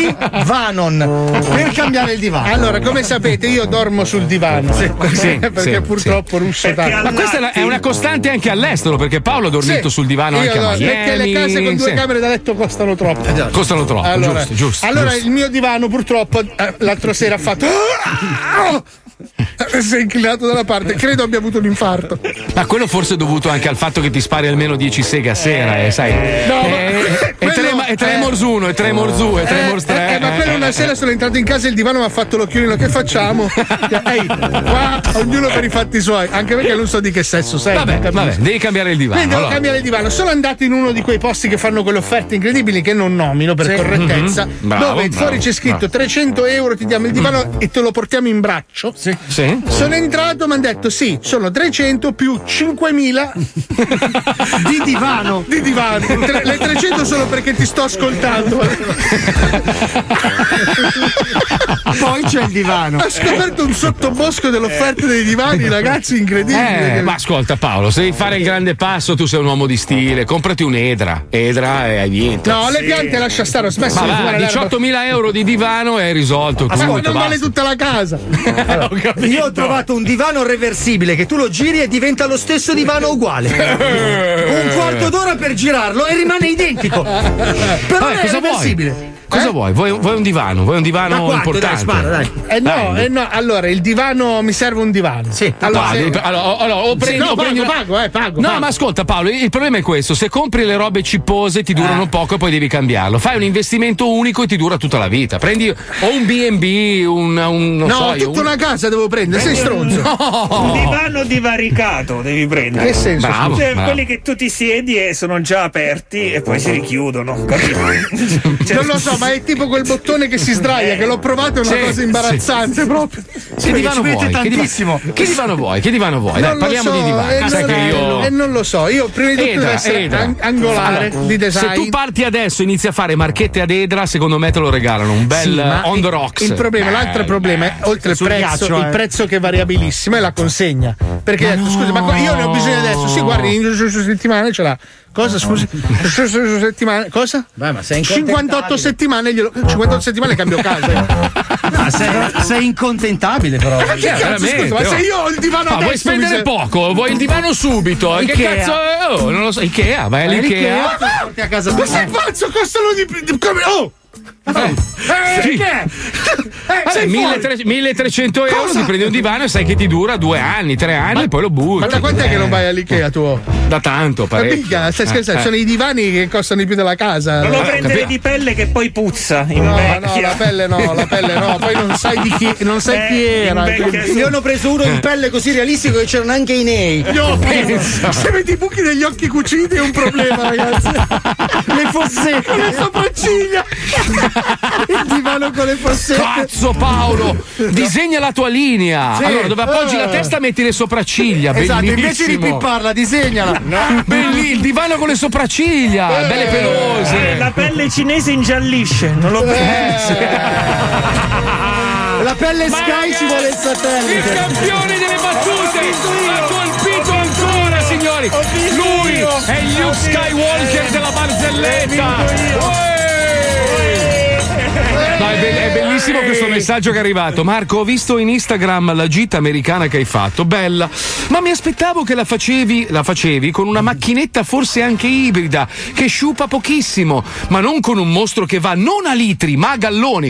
Divanon per cambiare il divano. Allora, come sapete, io dormo sul divano. Perché purtroppo russo tanto. Ma questa è una costante anche all'estero, perché Paolo ha dormito sul divano anche a Miami. Perché le case con 2 camere da letto costano troppo. Costano troppo, allora, giusto. Allora il mio divano purtroppo l'altra sera ha fatto si è inclinato da una parte, credo abbia avuto un infarto. Ma quello forse è dovuto anche al fatto che ti spari almeno 10 seghe a sera, sai. E Tremors 1, e Tremors 2, e Tremors 3. Ma quello una sera sono entrato in casa e il divano mi ha fatto l'occhiolino, che facciamo? Qua ognuno per i fatti suoi, anche perché non so di che sesso sei. Vabbè, devi cambiare il divano. Quindi devo cambiare il divano. Sono andato in uno di quei posti che fanno quelle offerte incredibili che non nomino per correttezza, dove fuori c'è scritto 300 euro ti diamo il divano e te lo portiamo in braccio. Sono entrato e mi hanno detto sì, sono 300 più 5.000 di divano. Le 300 solo perché ti sto sto ascoltando. Poi c'è il divano. Ha scoperto un sottobosco dell'offerta dei divani, ragazzi, incredibile. Ma ascolta Paolo, se devi fare il grande passo, tu sei un uomo di stile, comprati un'edra e hai vinto. No, le piante lascia stare, ho smesso di fumare 18.000 euro di divano e hai risolto. Ascolta, non vale tutta la casa. Allora, io ho trovato un divano reversibile che tu lo giri e diventa lo stesso divano uguale. Un quarto d'ora per girarlo e rimane identico. Però è reversibile. Cosa vuoi? Vuoi un divano? Vuoi un divano importante? Dai, spara, dai. No. Allora, il divano, mi serve un divano. Sì. Allora, pago. No, ma ascolta Paolo, il problema è questo: se compri le robe cippose ti durano poco e poi devi cambiarlo. Fai un investimento unico e ti dura tutta la vita. Prendi o un B&B, tutta una casa devo prendere, sei stronzo. No. Un divano divaricato devi prendere. Che senso? Bravo. Quelli che tu ti siedi e sono già aperti e poi si richiudono, capito? Non lo so, ma è tipo quel bottone che si sdraia, che l'ho provato, è una cosa imbarazzante proprio. Che divano vuoi? Tantissimo. Che divano vuoi? Dai, parliamo di divano. Sai che io. Non lo so, io prima di tutto deve essere angolare, di design. Se tu parti adesso e inizi a fare marchette ad Edra, secondo me te lo regalano un bel on the rocks. Il problema, l'altro problema è oltre il prezzo, il prezzo che è variabilissimo è la consegna. Perché scusa, ma io ne ho bisogno adesso. Sì, guardi, in settimane ce l'ha. Cosa, scusi? Settimane? Cosa? Beh, ma sei 58 settimane 58 settimane cambio casa. No, sei incontentabile però. Ma che cazzo, scusa, ma se io ho il divano adesso vuoi spendere poco, vuoi il divano subito. Che cazzo è? Non lo so, Ikea, vai all'Ikea. A casa ma sei pazzo, costano di come Sì. 1300 euro ti prendi un divano e sai che ti dura 2 anni, 3 anni e poi lo butti. Ma da quant'è che non vai all'Ikea tu? Da tanto, parecchio. Stai scherzando? Sono i divani che costano di più della casa. Non lo prendere di pelle che poi puzza. No, la pelle no. Poi non sai di chi, non sai chi era. Io ne ho preso uno in pelle così realistico che c'erano anche i nei. Se vedi i buchi degli occhi cuciti è un problema, ragazzi. Le fossette, con le sopracciglia. Il divano con le fossette. Cazzo Paolo, disegna la tua linea. Sì. Allora dove appoggi la testa metti le sopracciglia. Esatto, bellissimo. invece di pipparla disegnala. No. Il divano con le sopracciglia, belle pelose. La pelle cinese ingiallisce, non lo pensi. La pelle Sky ci vuole il satellite. Il campione delle battute ha colpito ancora, signori. Lui è Luke Skywalker della barzelletta. No, è bellissimo questo messaggio che è arrivato. Marco, ho visto in Instagram la gita americana che hai fatto, bella, ma mi aspettavo che la facevi con una macchinetta forse anche ibrida che sciupa pochissimo, ma non con un mostro che va non a litri ma a galloni,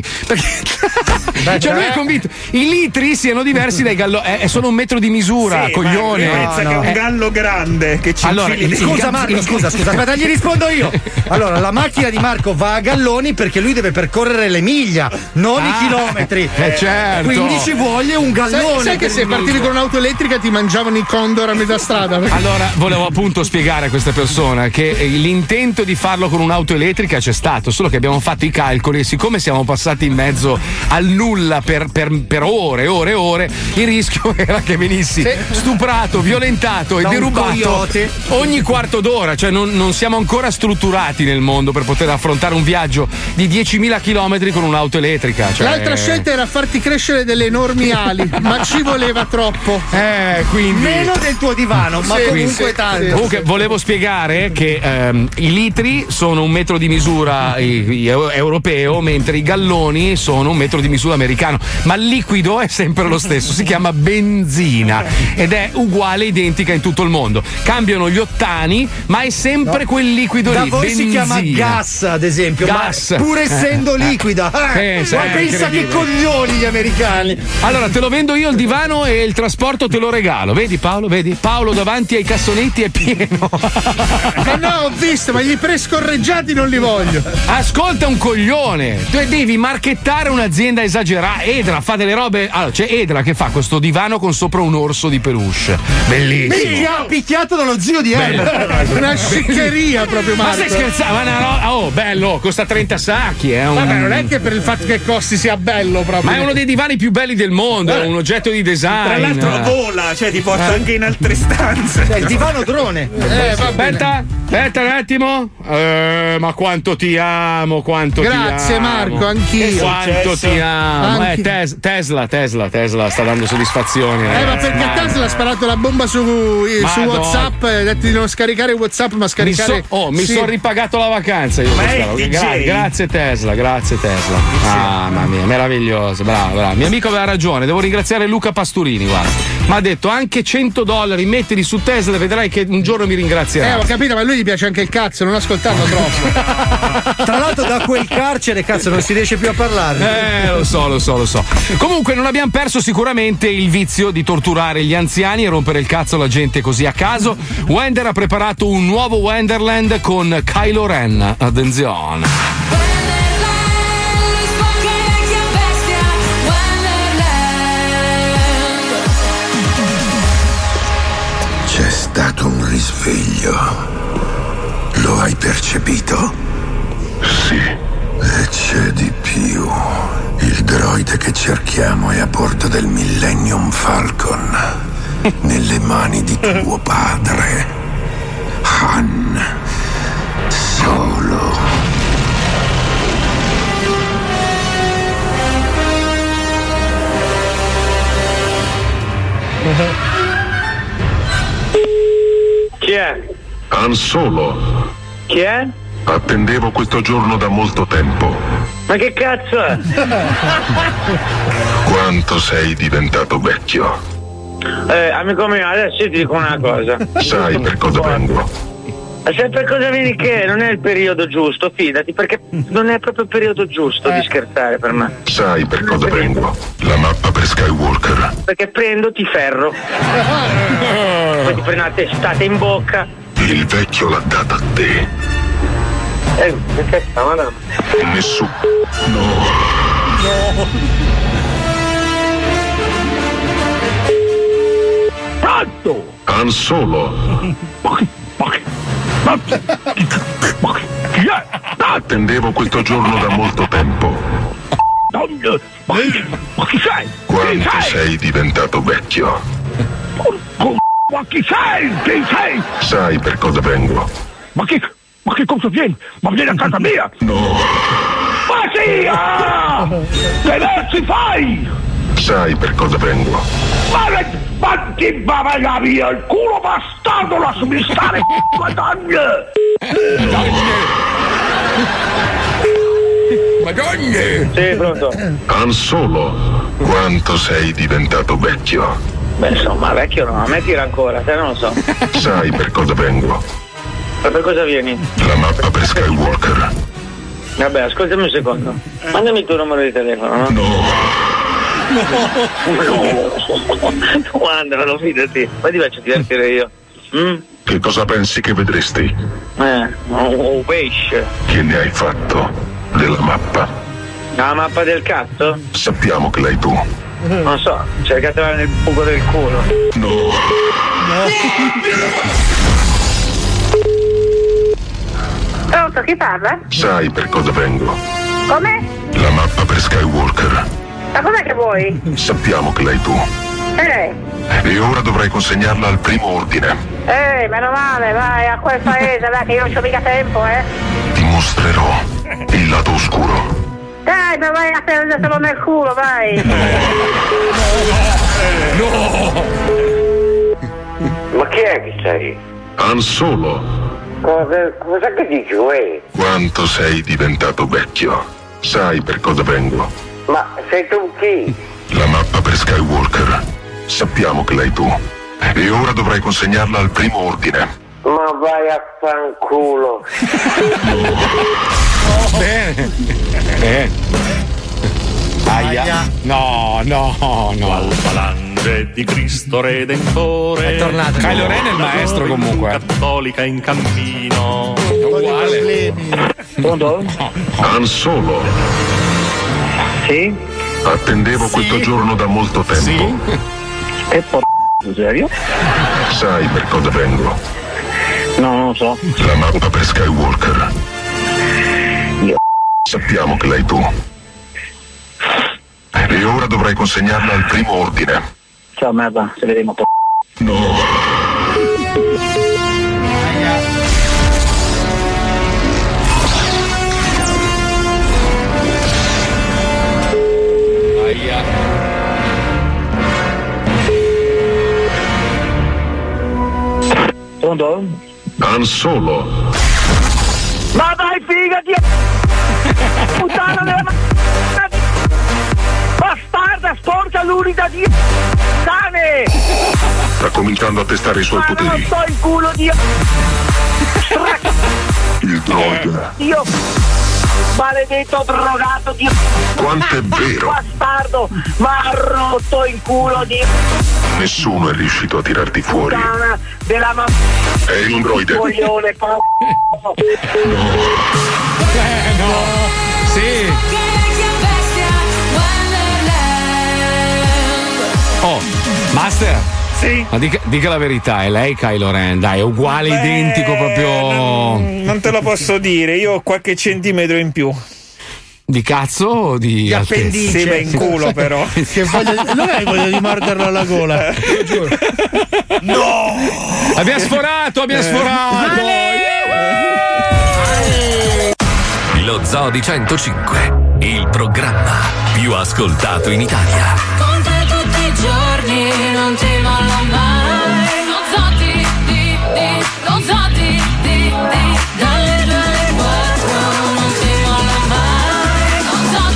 perché lui è convinto i litri siano diversi dai galloni, è solo 1 metro di misura, coglione. Pensa che è un gallo grande che ci scusa Marco, scusa, aspetta, gli rispondo io. Allora, la macchina di Marco va a galloni perché lui deve percorrere le miglia, non i chilometri. Certo. Quindi ci vuole un gallone. Sai che se partivi con un'auto elettrica ti mangiavano i condor a metà strada? Allora, volevo appunto spiegare a questa persona che l'intento di farlo con un'auto elettrica c'è stato, solo che abbiamo fatto i calcoli e siccome siamo passati in mezzo al nulla per ore, il rischio era che venissi stuprato, violentato e derubato ogni quarto d'ora, cioè non siamo ancora strutturati nel mondo per poter affrontare un viaggio di 10.000 chilometri con un'auto elettrica. Cioè... L'altra scelta era farti crescere delle enormi ali, ma ci voleva troppo. Quindi... Meno del tuo divano, ma comunque tanto. Comunque volevo spiegare che i litri sono 1 metro di misura europeo, mentre i galloni sono 1 metro di misura americano, ma il liquido è sempre lo stesso, si chiama benzina ed è uguale, identica in tutto il mondo. Cambiano gli ottani, ma è sempre quel liquido da lì. Voi benzina. si chiama gas, ad esempio, gas. Ma pur essendo liquida. Ma pensa che coglioni gli americani. Allora te lo vendo io il divano e il trasporto te lo regalo. Vedi Paolo? Vedi? Paolo davanti ai cassonetti è pieno. Ma no, ho visto, ma gli prescorreggiati non li voglio. Ascolta un coglione, tu devi marchettare un'azienda esagerata. Edra fa delle robe. Allora c'è Edra che fa questo divano con sopra un orso di peluche. Bellissimo. Picchiato dallo zio di Herbert. Una sciccheria proprio, Marco. Ma stai scherzando? Oh, bello, costa 30 sacchi. Vabbè, non è che per il fatto che costi sia bello proprio. Ma è uno dei divani più belli del mondo, è un oggetto di design. Tra l'altro vola, cioè ti porta anche in altre stanze. Il divano drone. Aspetta. Aspetta un attimo. Ma quanto ti amo, quanto Grazie, ti amo. Marco, anch'io. Quanto ti amo. Tesla sta dando soddisfazioni. Ma perché Tesla ha sparato la bomba su WhatsApp e ha detto di non scaricare WhatsApp, ma scaricare. Mi sono ripagato la vacanza io. Grazie Tesla. Mamma mia, meraviglioso. Bravo. Mio amico aveva ragione, devo ringraziare Luca Pasturini, guarda. Mi ha detto anche $100, mettili su Tesla e vedrai che un giorno mi ringrazierà. Ho capito, ma a lui gli piace anche il cazzo, non ascoltarlo troppo. Tra l'altro da quel carcere, cazzo, non si riesce più a parlare. Lo so. Comunque non abbiamo perso sicuramente il vizio di torturare gli anziani e rompere il cazzo alla gente così a caso. Wender ha preparato un nuovo Wonderland con Kylo Ren. Attenzione. C'è stato un risveglio. Lo hai percepito? Sì. E c'è di più. Il droide che cerchiamo è a bordo del Millennium Falcon. Nelle mani di tuo padre. Han Solo. Chi è? Han Solo. Chi è? Attendevo questo giorno da molto tempo. Ma che cazzo è? Quanto sei diventato vecchio. Amico mio, adesso io ti dico una cosa. Sai per cosa vengo. Ma sai per cosa vieni che? Non è il periodo giusto, fidati, perché non è proprio il periodo giusto di scherzare per me. Sai per cosa vengo. La mappa per Skywalker. Perché prendo, ti ferro. Poi ti prendo una testata in bocca. Il vecchio l'ha data a te. Perché sta, madame? Nessuno. No. Pronto! Han Solo. Attendevo questo giorno da molto tempo. Ma chi sei? Quanto sei diventato vecchio. Ma chi sei? Chi sei? Sai per cosa vengo. Ma che cosa vieni? Ma vieni a casa mia? No. Ma sì! Che versi fai? Sai per cosa vengo. Ma ti va via il culo bastardo, lasciami stare Madonna! Madonna! Sì, pronto? Han Solo. Quanto sei diventato vecchio. Beh, insomma, vecchio no, a me tira ancora, te non lo so. Sai per cosa vengo. Ma per cosa vieni? La mappa per Skywalker. Vabbè, ascoltami un secondo. Mandami il tuo numero di telefono, no? No. Mandalo, fidati. Poi ti faccio divertire io. Che cosa pensi che vedresti? Un pesce. Che ne hai fatto della mappa? La mappa del cazzo? Sappiamo che l'hai tu. Non so, cercatela nel buco del culo. No. Pronto, chi parla? Sai per cosa vengo. Come? La mappa per Skywalker. Ma com'è che vuoi? Sappiamo che l'hai tu. E ora dovrai consegnarla al primo ordine. Meno male, vai a quel paese, dai, che io non c'ho mica tempo, Ti mostrerò il lato oscuro. Dai, ma vai a prendertelo nel culo, vai. No! Ma chi è che sei? Han Solo. Cosa che dici, uè? Quanto sei diventato vecchio. Sai per cosa vengo. Ma sei tu chi? La mappa per Skywalker. Sappiamo che l'hai tu. E ora dovrai consegnarla al primo ordine. Ma vai a fanculo. Bene. Aia. No. Al falange di Cristo Redentore. È tornato. Kylo Ren è il maestro comunque. Cattolica in cammino. Uguale. Pronto? Han Solo. Sì? Attendevo questo giorno da molto tempo. Sì? Che serio? Sai per cosa vengo. No, non lo so. La mappa per Skywalker. Sappiamo che l'hai tu. E ora dovrai consegnarla al primo ordine. Ciao merda, se vedremo. No. Pronto? Han Solo. Ma dai, figati! Puttana della bastarda, sporca l'unità di cane! Sta cominciando a testare i suoi Ma non poteri. sto in culo di Il droide. Dio maledetto drogato di Quanto è vero? bastardo, ma ha rotto il culo di Nessuno è riuscito a tirarti fuori. puttana della È un droide. coglione Sì. Oh, Master. Sì. Ma dica la verità, è lei Kylo Ren, dai, è uguale, identico proprio. Non te lo posso dire, io ho qualche centimetro in più. Di cazzo o di appendice? Sì, beh, in culo però. Non hai voglia di morderlo alla gola? Lo giuro. No! Abbiamo sforato! Lo Zoo di 105, il programma più ascoltato in Italia. Con te tutti i giorni non ti molla mai. Lo Zoo lo Zoo dalle 2 alle 4 non ti molla mai. Lo Zoo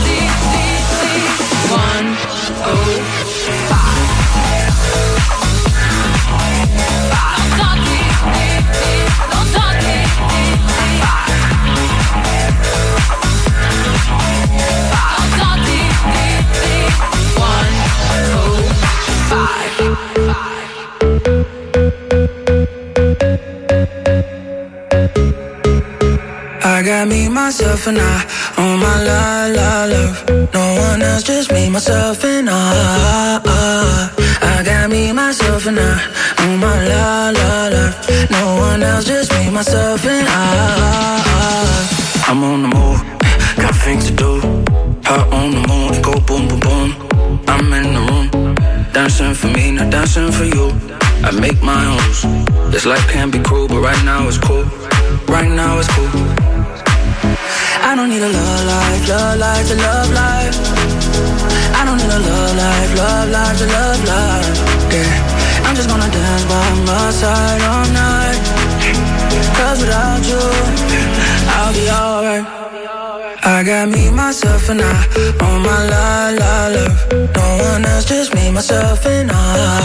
105. I got me, myself, and I on my love. No one else, just me, myself, and I got me, myself, and I on my love. No one else, just me, myself, and I. I'm on the move, got things to do. Hot on the moon, go boom, boom, boom. I'm in the room, dancing for me, not dancing for you. I make my own rules. This life can be cruel, but right now it's cool. Right now it's cool. I don't need a love life to love life. I don't need a love life to love life. Yeah, I'm just gonna dance by my side all night. Cause without you, I'll be alright. I got me, myself, and I on my love. No one else, just me, myself, and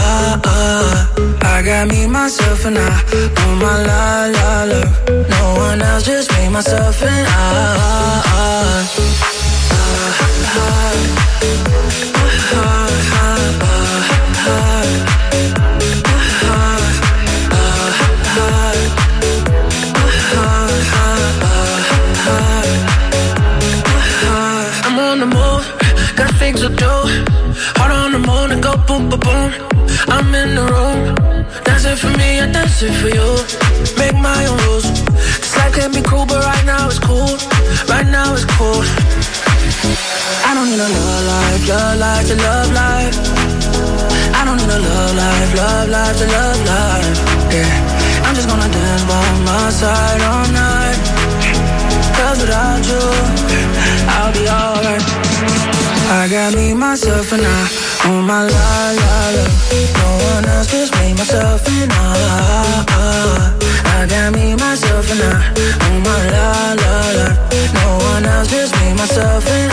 I got me, myself, and I on my love. No one else, just me, myself, and I'm on the move, got things to do. Hard on the moon and go boom, boom, boom. I'm in the room, dancing for me, I dance it for you. Make my own rules. This life can be cruel, but right now it's cool. Right now it's cool. I don't need a love life to love life. I don't need a love life to love life. Yeah, I'm just gonna dance by my side all night. Cause without you, I'll be alright. I got me, myself, and I on my love. No one else, just me, myself, and I got me, myself, and I on my love. No one else, just me, myself, and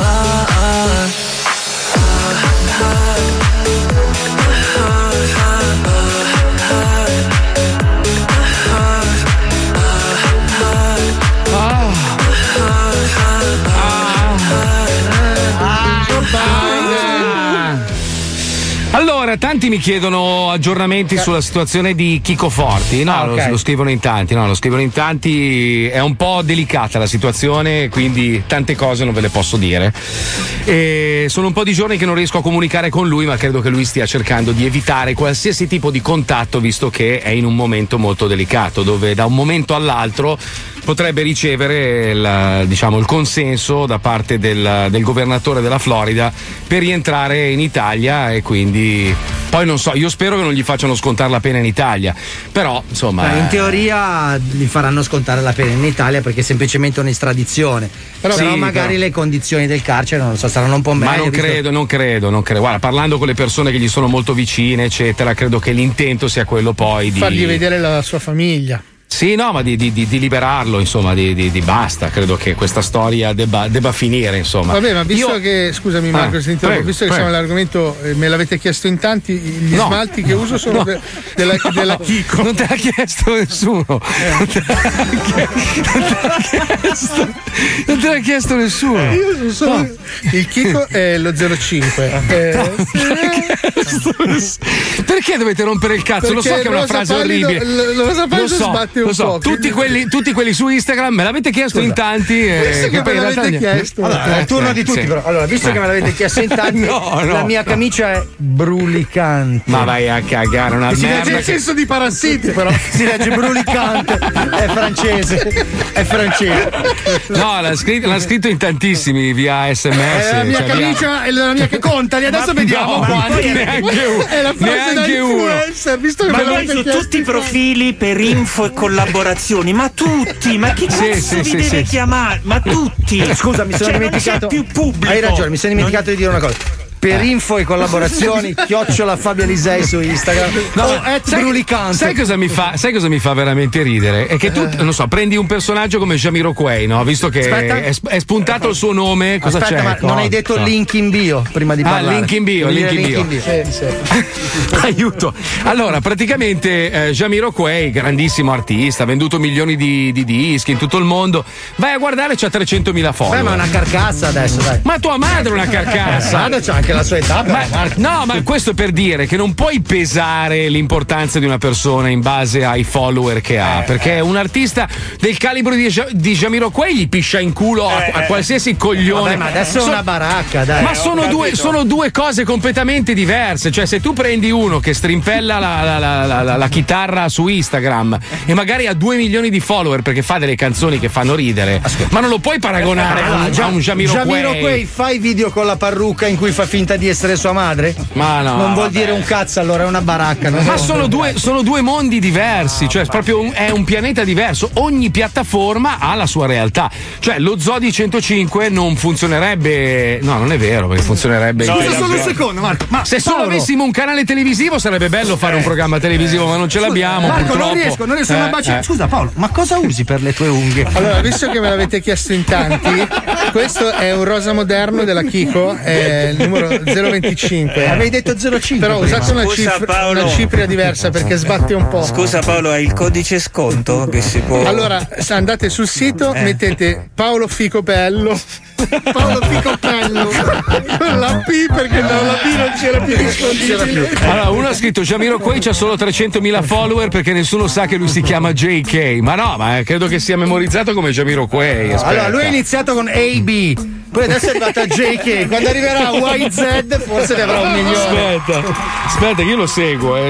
Allora, tanti mi chiedono aggiornamenti sulla situazione di Chico Forti. No, okay. lo scrivono in tanti. No, lo scrivono in tanti. È un po' delicata la situazione, quindi tante cose non ve le posso dire. E sono un po' di giorni che non riesco a comunicare con lui, ma credo che lui stia cercando di evitare qualsiasi tipo di contatto, visto che è in un momento molto delicato, dove da un momento all'altro potrebbe ricevere il consenso da parte del governatore della Florida per rientrare in Italia, e quindi poi non so, io spero che non gli facciano scontare la pena in Italia, però insomma in teoria gli faranno scontare la pena in Italia perché è semplicemente un'estradizione, però magari le condizioni del carcere non lo so, saranno un po' meglio. Ma non credo. Guarda, parlando con le persone che gli sono molto vicine eccetera, credo che l'intento sia quello poi di fargli vedere la sua famiglia. Sì, no, ma di liberarlo, insomma, di basta. Credo che questa storia debba finire, insomma. Vabbè, ma visto che, scusami Marco, se interrompo, visto che siamo all'argomento, me l'avete chiesto in tanti, gli smalti che uso sono della Kiko. Non te l'ha chiesto nessuno. Non te l'ha chiesto nessuno. Io non so. Il Kiko è lo 05. Perché dovete rompere il cazzo? Lo so che è una frase orribile. Lo so. Lo so, tutti quelli su Instagram me l'avete chiesto in tanti. Visto che me l'avete chiesto, allora, è il turno di tutti, però. Allora, visto che me l'avete chiesto in tanti, la mia camicia è brulicante. Ma vai a cagare, una merda. Si legge il senso di parassiti, però. Si legge brulicante. È francese. No, l'ha scritto in tantissimi via SMS. La mia camicia è la mia che conta. Adesso vediamo. Neanche uno. È la frase da influencer, visto che ma me poi l'avete su chiesto tutti i profili per info e collaborazioni, ma tutti, ma chi cazzo vi deve chiamare? Ma tutti. Scusa, mi sono dimenticato. Non c'è più pubblico. Hai ragione, mi sono dimenticato di dire una cosa. Per info e collaborazioni, @Fabio Alisei su Instagram. Brulicante. Sai cosa mi fa veramente ridere? È che tu, non so, prendi un personaggio come Jamiroquai, no? Visto che è spuntato il suo nome, cosa c'è? Ma non hai detto link in bio prima di parlare? Link in bio. Sì. Aiuto. Allora, praticamente Jamiroquai, grandissimo artista, ha venduto milioni di dischi in tutto il mondo. Vai a guardare, c'ha 300.000 follower. Ma è una carcassa adesso, dai. Ma tua madre è una carcassa. C'ha anche la sua età, ma questo è per dire che non puoi pesare l'importanza di una persona in base ai follower che ha, perché un artista del calibro di Jamiroquai gli piscia in culo a qualsiasi coglione. Vabbè, ma adesso è una baracca, dai. Ma sono due cose completamente diverse. Cioè, se tu prendi uno che strimpella la chitarra su Instagram e magari ha 2 milioni di follower perché fa delle canzoni che fanno ridere, ma non lo puoi paragonare a un Jamiroquai. Jamiroquai fa i video con la parrucca in cui fa finta di essere sua madre? Ma no. Non vuol dire un cazzo, allora è una baracca. Ma sono due mondi diversi, cioè proprio è un pianeta diverso. Ogni piattaforma ha la sua realtà. Cioè lo Zodi 105 non funzionerebbe. No, non è vero, perché funzionerebbe. Scusa solo un secondo, Marco. Ma se solo avessimo un canale televisivo sarebbe bello fare un programma televisivo, ma non ce l'abbiamo. Marco, purtroppo. non riesco una bacia. Scusa Paolo, ma cosa usi per le tue unghie? Allora, visto che me l'avete chiesto in tanti, questo è un rosa moderno della Kiko, è il numero 025. Avevi detto 05. Però usate una cifra diversa perché sbatte un po'. Scusa Paolo, hai il codice sconto che si può. Allora, andate sul sito, mettete Paolo Ficopello. Paolo Ficopello. La P perché la P non c'era più disponibile. Allora, uno ha scritto Jamiroquai c'ha solo 300.000 follower perché nessuno sa che lui si chiama JK. Ma no, ma credo che sia memorizzato come Jamiroquai. Allora, lui ha iniziato con AB, poi adesso è arrivato a JK. Quando arriverà a YZ forse ne avrà 1 milione. Aspetta, io lo seguo. È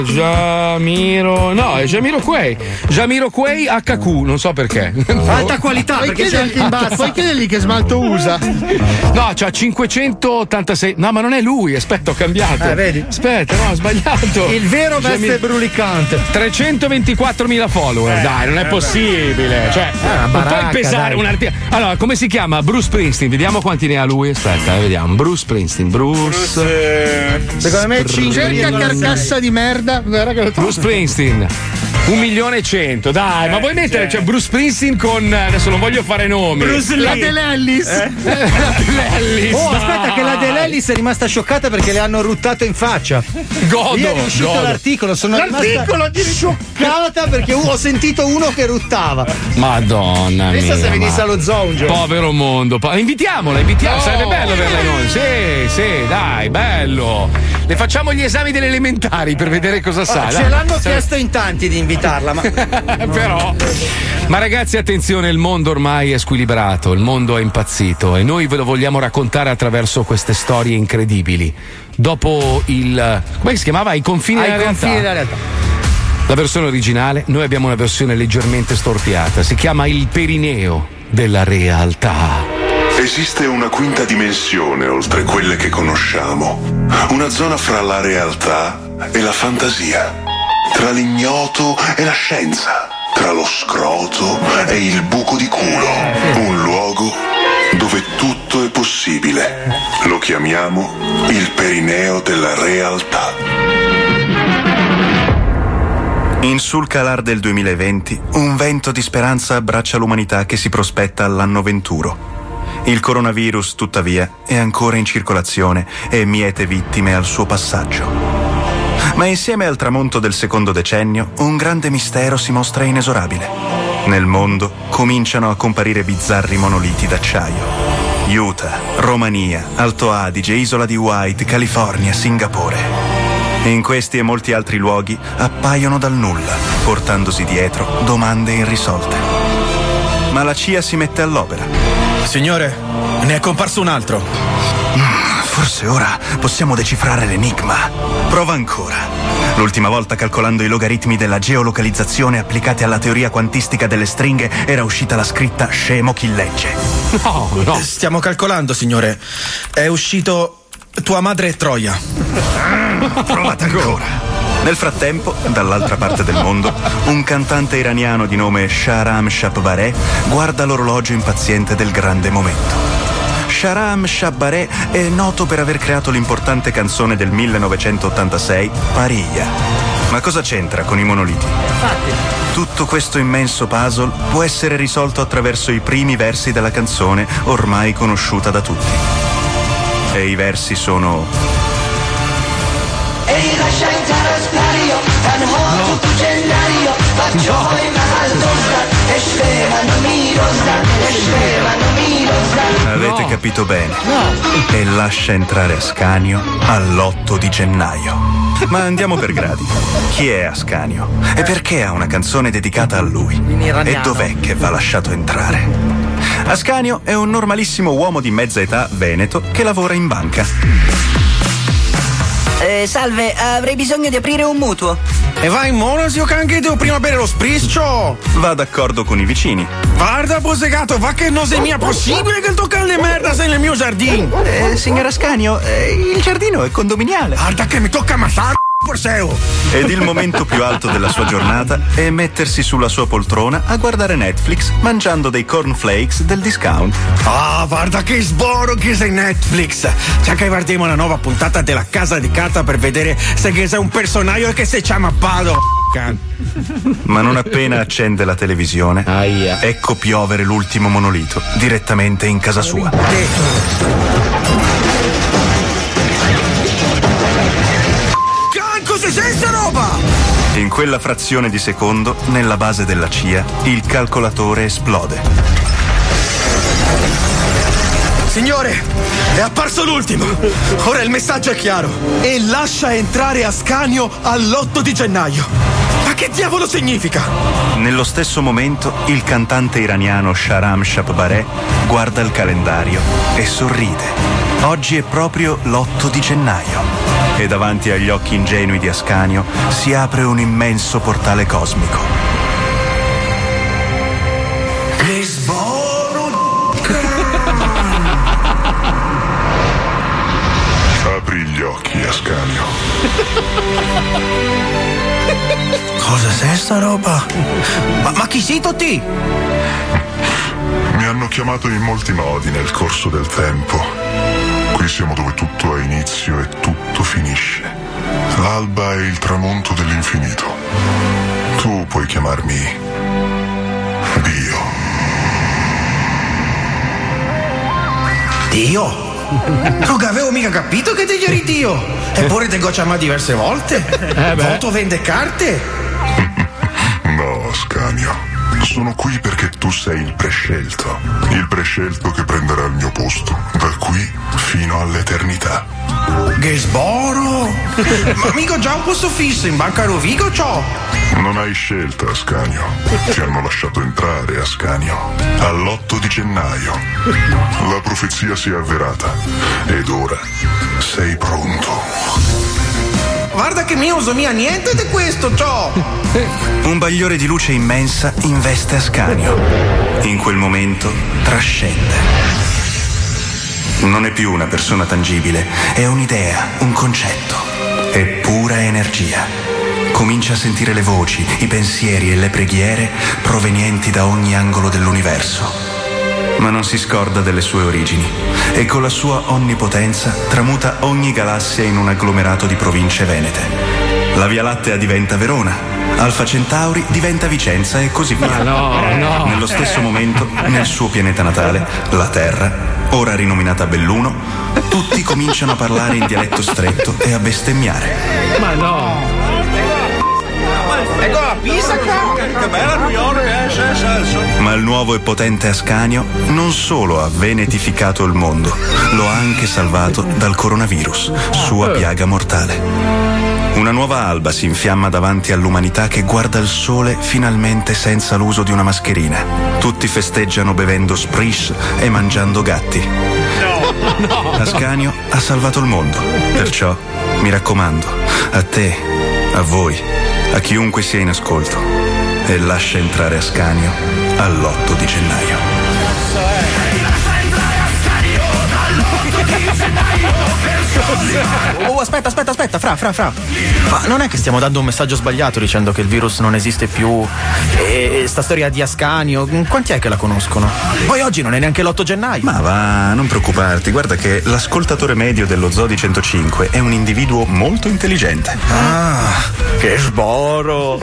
Jamiroquai. Jamiroquai HQ, non so perché. Alta qualità, perché c'è anche in basso. Poi chiedergli che smalto usa. No, c'ha 586. No, ma non è lui. Aspetta, ho cambiato. Vedi? Aspetta, no, ho sbagliato. Il vero veste brulicante. 324.000 follower. Dai, non è possibile. Cioè, non puoi pesare un artista. Allora, come si chiama? Bruce Springsteen. Vediamo quanti ne ha lui. Aspetta, vediamo. Bruce Springsteen. Secondo me 5. Cerca carcassa di merda. Bruce Springsteen. 1.100.000, dai, ma vuoi mettere cioè, Bruce Springsteen con. Adesso non voglio fare nomi. La Delellis. La Delellis. Oh, aspetta, che la Delellis è rimasta scioccata perché le hanno ruttato in faccia. Ieri è uscito l'articolo, sono rimasta scioccata perché ho sentito uno che ruttava. Madonna mia. Pensa se venisse allo zoo un giorno. Povero mondo. Invitiamola, sarebbe bello averla noi. Sì, dai, bello. Le facciamo gli esami delle elementari per vedere cosa sa. Ce l'hanno chiesto in tanti di invitarla, ma però. Ma ragazzi, attenzione, il mondo ormai è squilibrato, il mondo è impazzito e noi ve lo vogliamo raccontare attraverso queste storie incredibili. Dopo come si chiamava? I confini della realtà. la versione originale, noi abbiamo una versione leggermente storpiata, si chiama il perineo della realtà. Esiste una quinta dimensione oltre quelle che conosciamo, una zona fra la realtà e la fantasia, tra l'ignoto e la scienza, tra lo scroto e il buco di culo, un luogo dove tutto è possibile. Lo chiamiamo il perineo della realtà. In Sul Calar del 2020, un vento di speranza abbraccia l'umanità che si prospetta all'anno venturo. Il coronavirus, tuttavia, è ancora in circolazione e miete vittime al suo passaggio. Ma insieme al tramonto del secondo decennio, un grande mistero si mostra inesorabile. Nel mondo cominciano a comparire bizzarri monoliti d'acciaio. Utah, Romania, Alto Adige, Isola di White, California, Singapore. In questi e molti altri luoghi appaiono dal nulla, portandosi dietro domande irrisolte. Ma la CIA si mette all'opera. Signore, ne è comparso un altro. Forse ora possiamo decifrare l'enigma. Prova ancora. L'ultima volta, calcolando i logaritmi della geolocalizzazione applicati alla teoria quantistica delle stringhe, era uscita la scritta scemo chi legge. No. Stiamo calcolando, signore. È uscito tua madre è Troia. Provate ancora. Nel frattempo, dall'altra parte del mondo, un cantante iraniano di nome Shahram Shabbareh guarda l'orologio impaziente del grande momento. Shahram Shabbareh è noto per aver creato l'importante canzone del 1986, Pariya. Ma cosa c'entra con i monoliti? Tutto questo immenso puzzle può essere risolto attraverso i primi versi della canzone ormai conosciuta da tutti. E i versi sono... Ehi, lascia entrare Ascario, hanno tu gennaio, faccio in Maldonza, e Stefano Mirosa. Avete capito bene. E lascia entrare Ascanio all'8 di gennaio. Ma andiamo per gradi. Chi è Ascanio? E perché ha una canzone dedicata a lui? E dov'è che va lasciato entrare? Ascanio è un normalissimo uomo di mezza età veneto che lavora in banca. Salve, avrei bisogno di aprire un mutuo. E vai in monaco che anche devo prima bere lo spriscio. Va d'accordo con i vicini. Guarda, posegato, va che non sei mia possibile che tocca le merda sei nel mio giardino. Signor Ascanio, il giardino è condominiale. Guarda che mi tocca ammazzare. Ed il momento più alto della sua giornata è mettersi sulla sua poltrona a guardare Netflix mangiando dei cornflakes del discount. Guarda che sboro che sei Netflix. Già che guardiamo la nuova puntata della Casa di Carta per vedere se che sei un personaggio e che se chiama Pado. Ma non appena accende la televisione, ecco piovere l'ultimo monolito direttamente in casa sua. Senza roba! In quella frazione di secondo, nella base della CIA, il calcolatore esplode. Signore, è apparso l'ultimo. Ora il messaggio è chiaro. E lascia entrare Ascanio all'8 di gennaio. Ma che diavolo significa? Nello stesso momento, il cantante iraniano Shahram Shabbareh guarda il calendario e sorride. Oggi è proprio l'8 di gennaio. E davanti agli occhi ingenui di Ascanio si apre un immenso portale cosmico. Che sboro! Apri gli occhi, Ascanio. Cosa sei sta roba? Ma chi sei tutti? Mi hanno chiamato in molti modi nel corso del tempo. Qui siamo dove tutto ha inizio e tutto finisce. L'alba è il tramonto dell'infinito. Tu puoi chiamarmi Dio. Dio? Non avevo mica capito che te eri Dio. Eppure te ho chiamato diverse volte. Voto vende carte. No, Ascanio. Sono qui perché tu sei il prescelto che prenderà il mio posto, da qui fino all'eternità. Che sboro! Ma mica già un posto fisso in Banca Rovigo c'ho! Non hai scelta, Ascanio. Ti hanno lasciato entrare, Ascanio, all'8 di gennaio. La profezia si è avverata ed ora sei pronto. Guarda che mio uso mia niente di questo, ciò. Un bagliore di luce immensa investe Ascanio. In quel momento trascende. Non è più una persona tangibile, è un'idea, un concetto. È pura energia. Comincia a sentire le voci, i pensieri e le preghiere provenienti da ogni angolo dell'universo. Ma non si scorda delle sue origini e con la sua onnipotenza tramuta ogni galassia in un agglomerato di province venete. La Via Lattea diventa Verona, Alfa Centauri diventa Vicenza e così via. No. Nello stesso momento, nel suo pianeta natale, la Terra, ora rinominata Belluno, tutti cominciano a parlare in dialetto stretto e a bestemmiare. Ma no! Ecco la pizza qua! Che bella New York, Ma il nuovo e potente Ascanio non solo ha venetificato il mondo, lo ha anche salvato dal coronavirus, sua piaga mortale. Una nuova alba si infiamma davanti all'umanità che guarda il sole finalmente senza l'uso di una mascherina. Tutti festeggiano bevendo Sprish e mangiando gatti. No. Ascanio ha salvato il mondo, perciò mi raccomando, a te, a voi, a chiunque sia in ascolto, e lascia entrare Ascanio all'8 di gennaio. Oh, aspetta, fra. Ma non è che stiamo dando un messaggio sbagliato dicendo che il virus non esiste più? E sta storia di Ascanio, quanti è che la conoscono? Poi oggi non è neanche l'8 gennaio. Ma va, non preoccuparti, guarda che l'ascoltatore medio dello Zoo di 105 è un individuo molto intelligente. Ah, che sboro!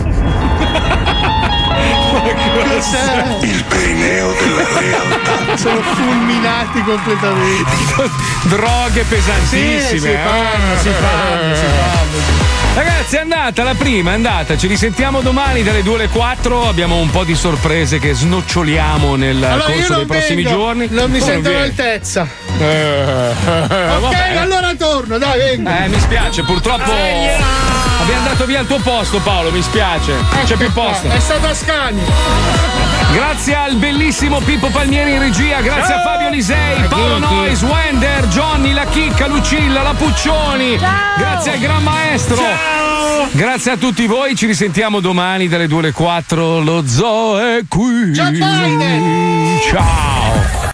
Il perineo della realtà. Sono fulminati completamente. Droghe pesantissime. Sì, si fanno. Ragazzi, è andata la prima, è andata. Ci risentiamo domani dalle 2 alle 4. Abbiamo un po' di sorprese che snoccioliamo nel corso dei prossimi giorni. Non mi sento all'altezza. Ok, allora torno, dai, vengo. Mi spiace, purtroppo abbiamo dato via il tuo posto, Paolo, mi spiace. Non c'è più posto. È stato Ascanio. Grazie al bellissimo Pippo Palmieri in regia, grazie a Fabio Lisei, Paolo Nois, Wender, Johnny, la Chicca, Lucilla, la Puccioni. Ciao. Grazie al Gran Maestro. Ciao. Grazie a tutti voi, ci risentiamo domani dalle 2 alle 4. Lo Zoo è qui. Ciao. Ciao.